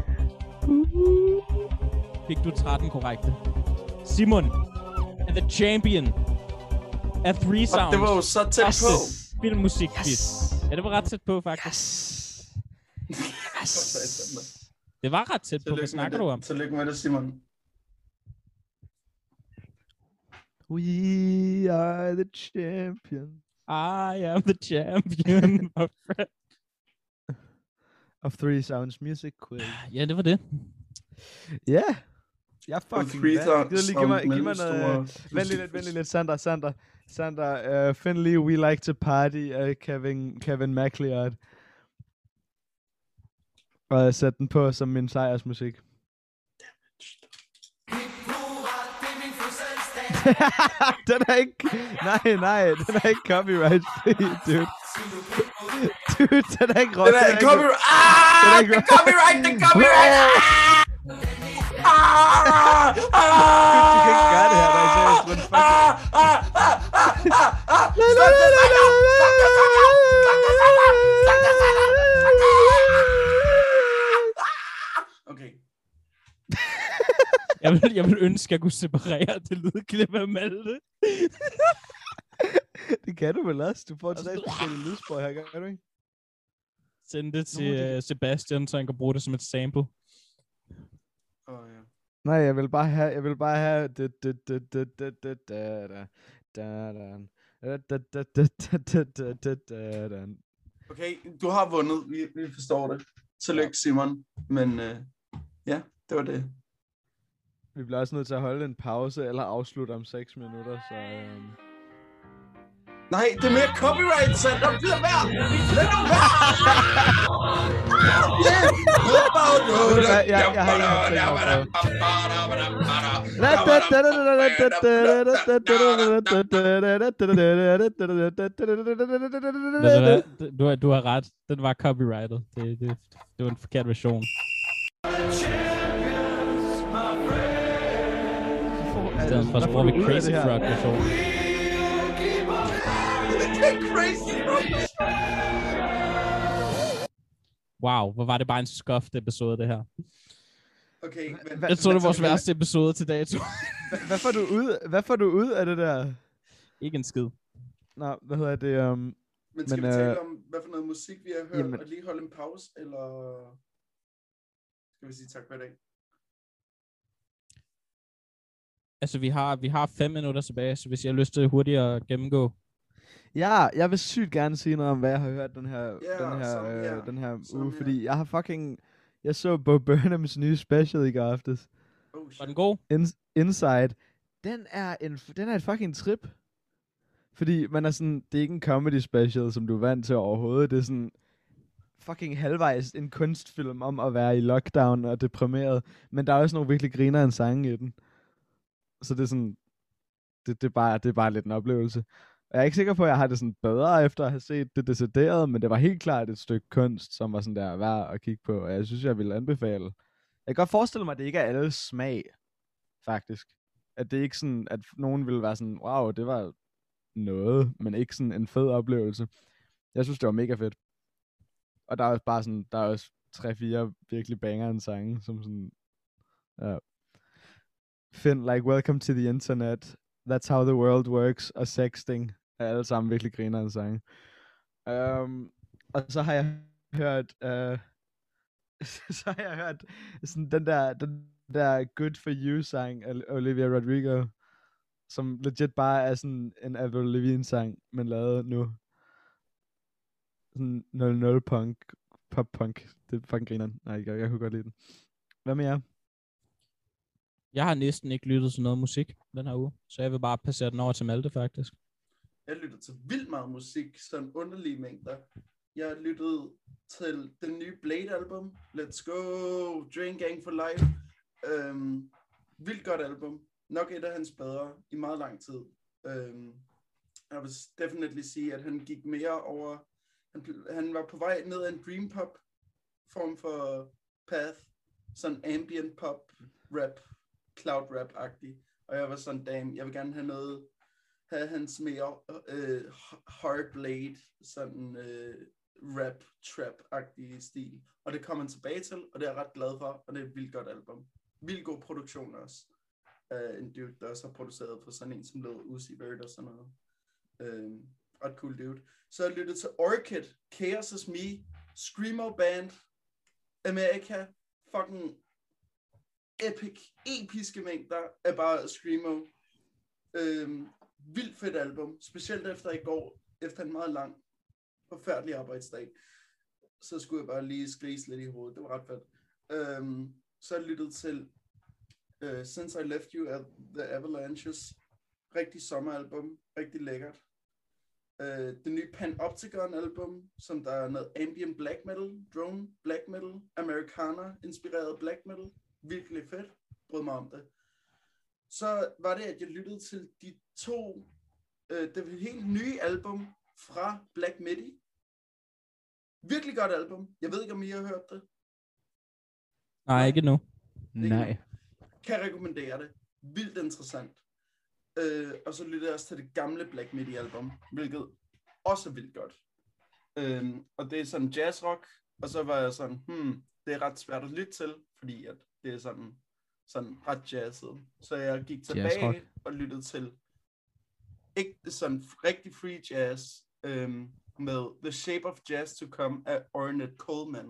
Fik du tretten korrekte. Simon er the champion af Three Sounds. Det var jo så tæt på. Filmmusik quiz. Ja, det var ret tæt på, faktisk. Yes. Yes. Det var ret tæt på. Hvad snakker du om? Tillykke med det, Simon. We are the champion. I am the champion of of Three Sounds Music Quiz. Ja, det var det. Ja. Yeah. Jeg fucking vandt. Giv mig, giv mig noget. Vent lige lidt, vent lige lidt. Sander, Sander. Sander, uh, find lige We Like to Party af Kevin, Kevin MacLeod. Og jeg sætter den på som min sejrsmusik. Den er ikke... Nej, nej, den er ikke copyright free, dude. Dude, den er ikke råd. Den er copyright. Ah, det er copyright, det er copyright. Ah, du kan ikke gøre det her, der er seriøst. Okay. Jeg vil, jeg vil ønske, at jeg kunne separere det lydklip af Malte. Det kan du vel også. Du får tre forskellige lydspor her, gør du ikke? Send det til uh, Sebastian, så han kan bruge det som et sample. Åh, oh, ja. Nej, jeg vil bare have, jeg vil bare have... Okay, du har vundet. Vi, vi forstår det. Tillykke, Simon. Men uh, ja, det var det. Vi bliver også nødt til at holde en pause eller afslutte om seks minutter, så... Um... Nej, det er mere copyright, så der bliver værd. Lad nu være. Jeg har ikke du, har, du har ret. Den var copyrightet. Det, det, det var en forkert version. I stedet for, så bruger vi Crazy Frog version. Crazy Frog. Wow, hvor var det bare en skuffet episode, det her. Okay, men... Jeg tror, det var vores værste episode til dato. Hvad får du ud, hvad får du ud af det der? Ikke en skid. Nå, hvad hedder det? Um, men skal men, vi tale om, hvad for noget musik vi har hørt, jamen, og lige holde en pause, eller skal vi sige tak for i dag? Altså, vi har, vi har fem minutter tilbage, så hvis jeg har lyst til hurtigt at gennemgå. Ja, jeg vil sygt gerne sige noget om, hvad jeg har hørt den her, yeah, den her, øh, yeah, den her uge, yeah. fordi jeg har fucking... Jeg så Bo Burnhams nye special i går aftes. Oh, var den god? In- Inside. Den er, en, den er et fucking trip. Fordi man er sådan... Det er ikke en comedy special, som du er vant til overhovedet. Det er sådan... Fucking halvvejs en kunstfilm om at være i lockdown og deprimeret. Men der er også nogle virkelig griner en sange i den. Så det er sådan... Det, det, er bare, det er bare lidt en oplevelse. Jeg er ikke sikker på, at jeg har det sådan bedre efter at have set det decideret, men det var helt klart et stykke kunst, som var sådan der værd at kigge på, og jeg synes, jeg vil anbefale. Jeg kan godt forestille mig, at det ikke er alles smag, faktisk. At det ikke sådan, at nogen ville være sådan, wow, det var noget, men ikke sådan en fed oplevelse. Jeg synes, det var mega fedt. Og der er også bare sådan, der er også tre-fire virkelig bangere sange, som sådan, ja. Find like Welcome to the Internet, That's How the World Works og Sexting er alle sammen virkelig griner en sang. Um, og så har jeg hørt uh, så har jeg hørt sådan den der den der Good For You sang af Olivia Rodrigo, som legit bare er sådan en Avril Lavigne sang, men lavet nu. Sådan nul nul punk, pop punk. Det er fucking griner. Nej, jeg, jeg kunne godt lide den. Hvad med jer? Jeg har næsten ikke lyttet til noget musik den her uge, så jeg vil bare passere den over til Malte, faktisk. Jeg lytter til vildt meget musik, sådan underlige mængder. Jeg har lyttet til den nye Blade-album, Let's Go, Drain Gang for Life. Um, vildt godt album. Nok et af hans bedre i meget lang tid. Um, jeg vil definitely sige, at han gik mere over... Han, han var på vej ned ad en dream pop form for path. Sådan ambient pop, rap, cloud rap-agtig. Og jeg var sådan, damn, jeg vil gerne have noget, have hans mere øh, hard blade, sådan øh, rap, trap-agtige stil. Og det kommer han tilbage til, og det er jeg ret glad for, og det er et vildt godt album. Vildt god produktion også. Uh, en dude, der også har produceret for sådan en, som lavede Uzi Vert og sådan noget. Uh, og et cool dude. Så jeg lyttede til Orchid, Chaos Is Me, Screamo Band, America, fucking epic, episke mængder af bare Screamo. Øhm, vildt fedt album, specielt efter i går, efter en meget lang, forfærdelig arbejdsdag, så skulle jeg bare lige skrise lidt i hovedet, det var ret fedt. Øhm, så jeg lyttet til uh, Since I Left You at The Avalanches, rigtig sommeralbum, rigtig lækkert. Uh, det nye Panopticon album, som der er noget ambient black metal, drone black metal, Americana inspireret black metal, virkelig fedt, brød mig om det. Så var det, at jeg lyttede til de to, uh, det helt nye album fra Black Midi. Virkelig godt album. Jeg ved ikke, om I har hørt det. Nej, ikke nu. Nej. Kan rekommendere det. Vildt interessant. Uh, og så lyttede jeg også til det gamle Black Midi album, hvilket også er vildt godt. Uh, og det er sådan jazzrock, og så var jeg sådan, hmm, det er ret svært at lytte til, fordi at det er sådan, sådan ret jazzet. Så jeg gik tilbage jazzrock. Og lyttede til ikke sådan rigtig free jazz øhm, med The Shape of Jazz to Come af Ornette Coleman.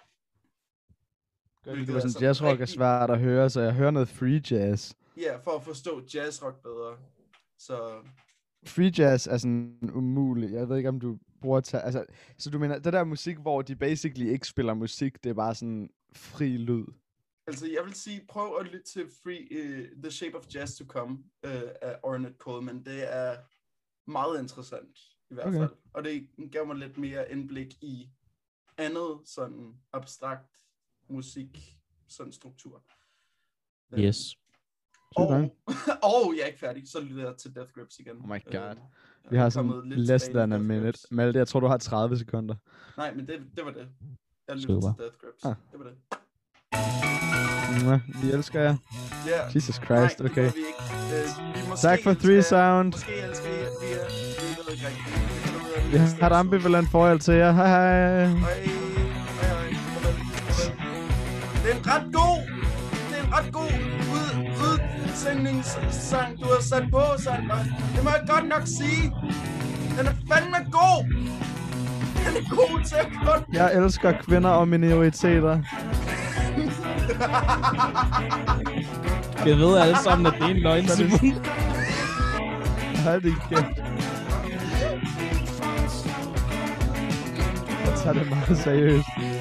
Det var sådan, jazzrock rigtig... er svært at høre, så jeg hører noget free jazz. Ja, for at forstå jazzrock bedre. Så... Free jazz er sådan umuligt. Jeg ved ikke, om du bruger til... Altså, så du mener, det der musik, hvor de basically ikke spiller musik, det er bare sådan fri lyd? Altså, jeg vil sige, prøv at lytte til free, uh, The Shape of Jazz to Come uh, af Ornette Coleman. Det er meget interessant, i hvert okay. fald. Og det gav mig lidt mere indblik i andet sådan abstrakt musik, sådan struktur. Yes. Og, og jeg er ikke færdig, så lytter jeg til Death Grips igen. Oh my god. Uh, Vi har sådan less than a minute. Malte, jeg tror, du har tredive sekunder. Nej, men det, det var det. Jeg lytter til Death Grips. Ah. Det var det. Mwah, vi elsker jer. Yeah. Jesus Christ, Nej, okay. Vi uh, vi tak for Three Sound. Måske elsker I, vi er, vi ved ikke rigtigt. Vi har et ambivalent forhold til jer. Hej hej. Hej, hej, hej. Det er en ret god, det er en ret god ud, udsendingssang, du har sat på, Sander. Det må jeg godt nok sige. Den er fandme god. Den er god til at gå. Jeg elsker kvinder og minoriteter. Jeg ved alle sammen, at det er en løgn, Simon. Hold det kæft. Jeg tager det meget seriøst.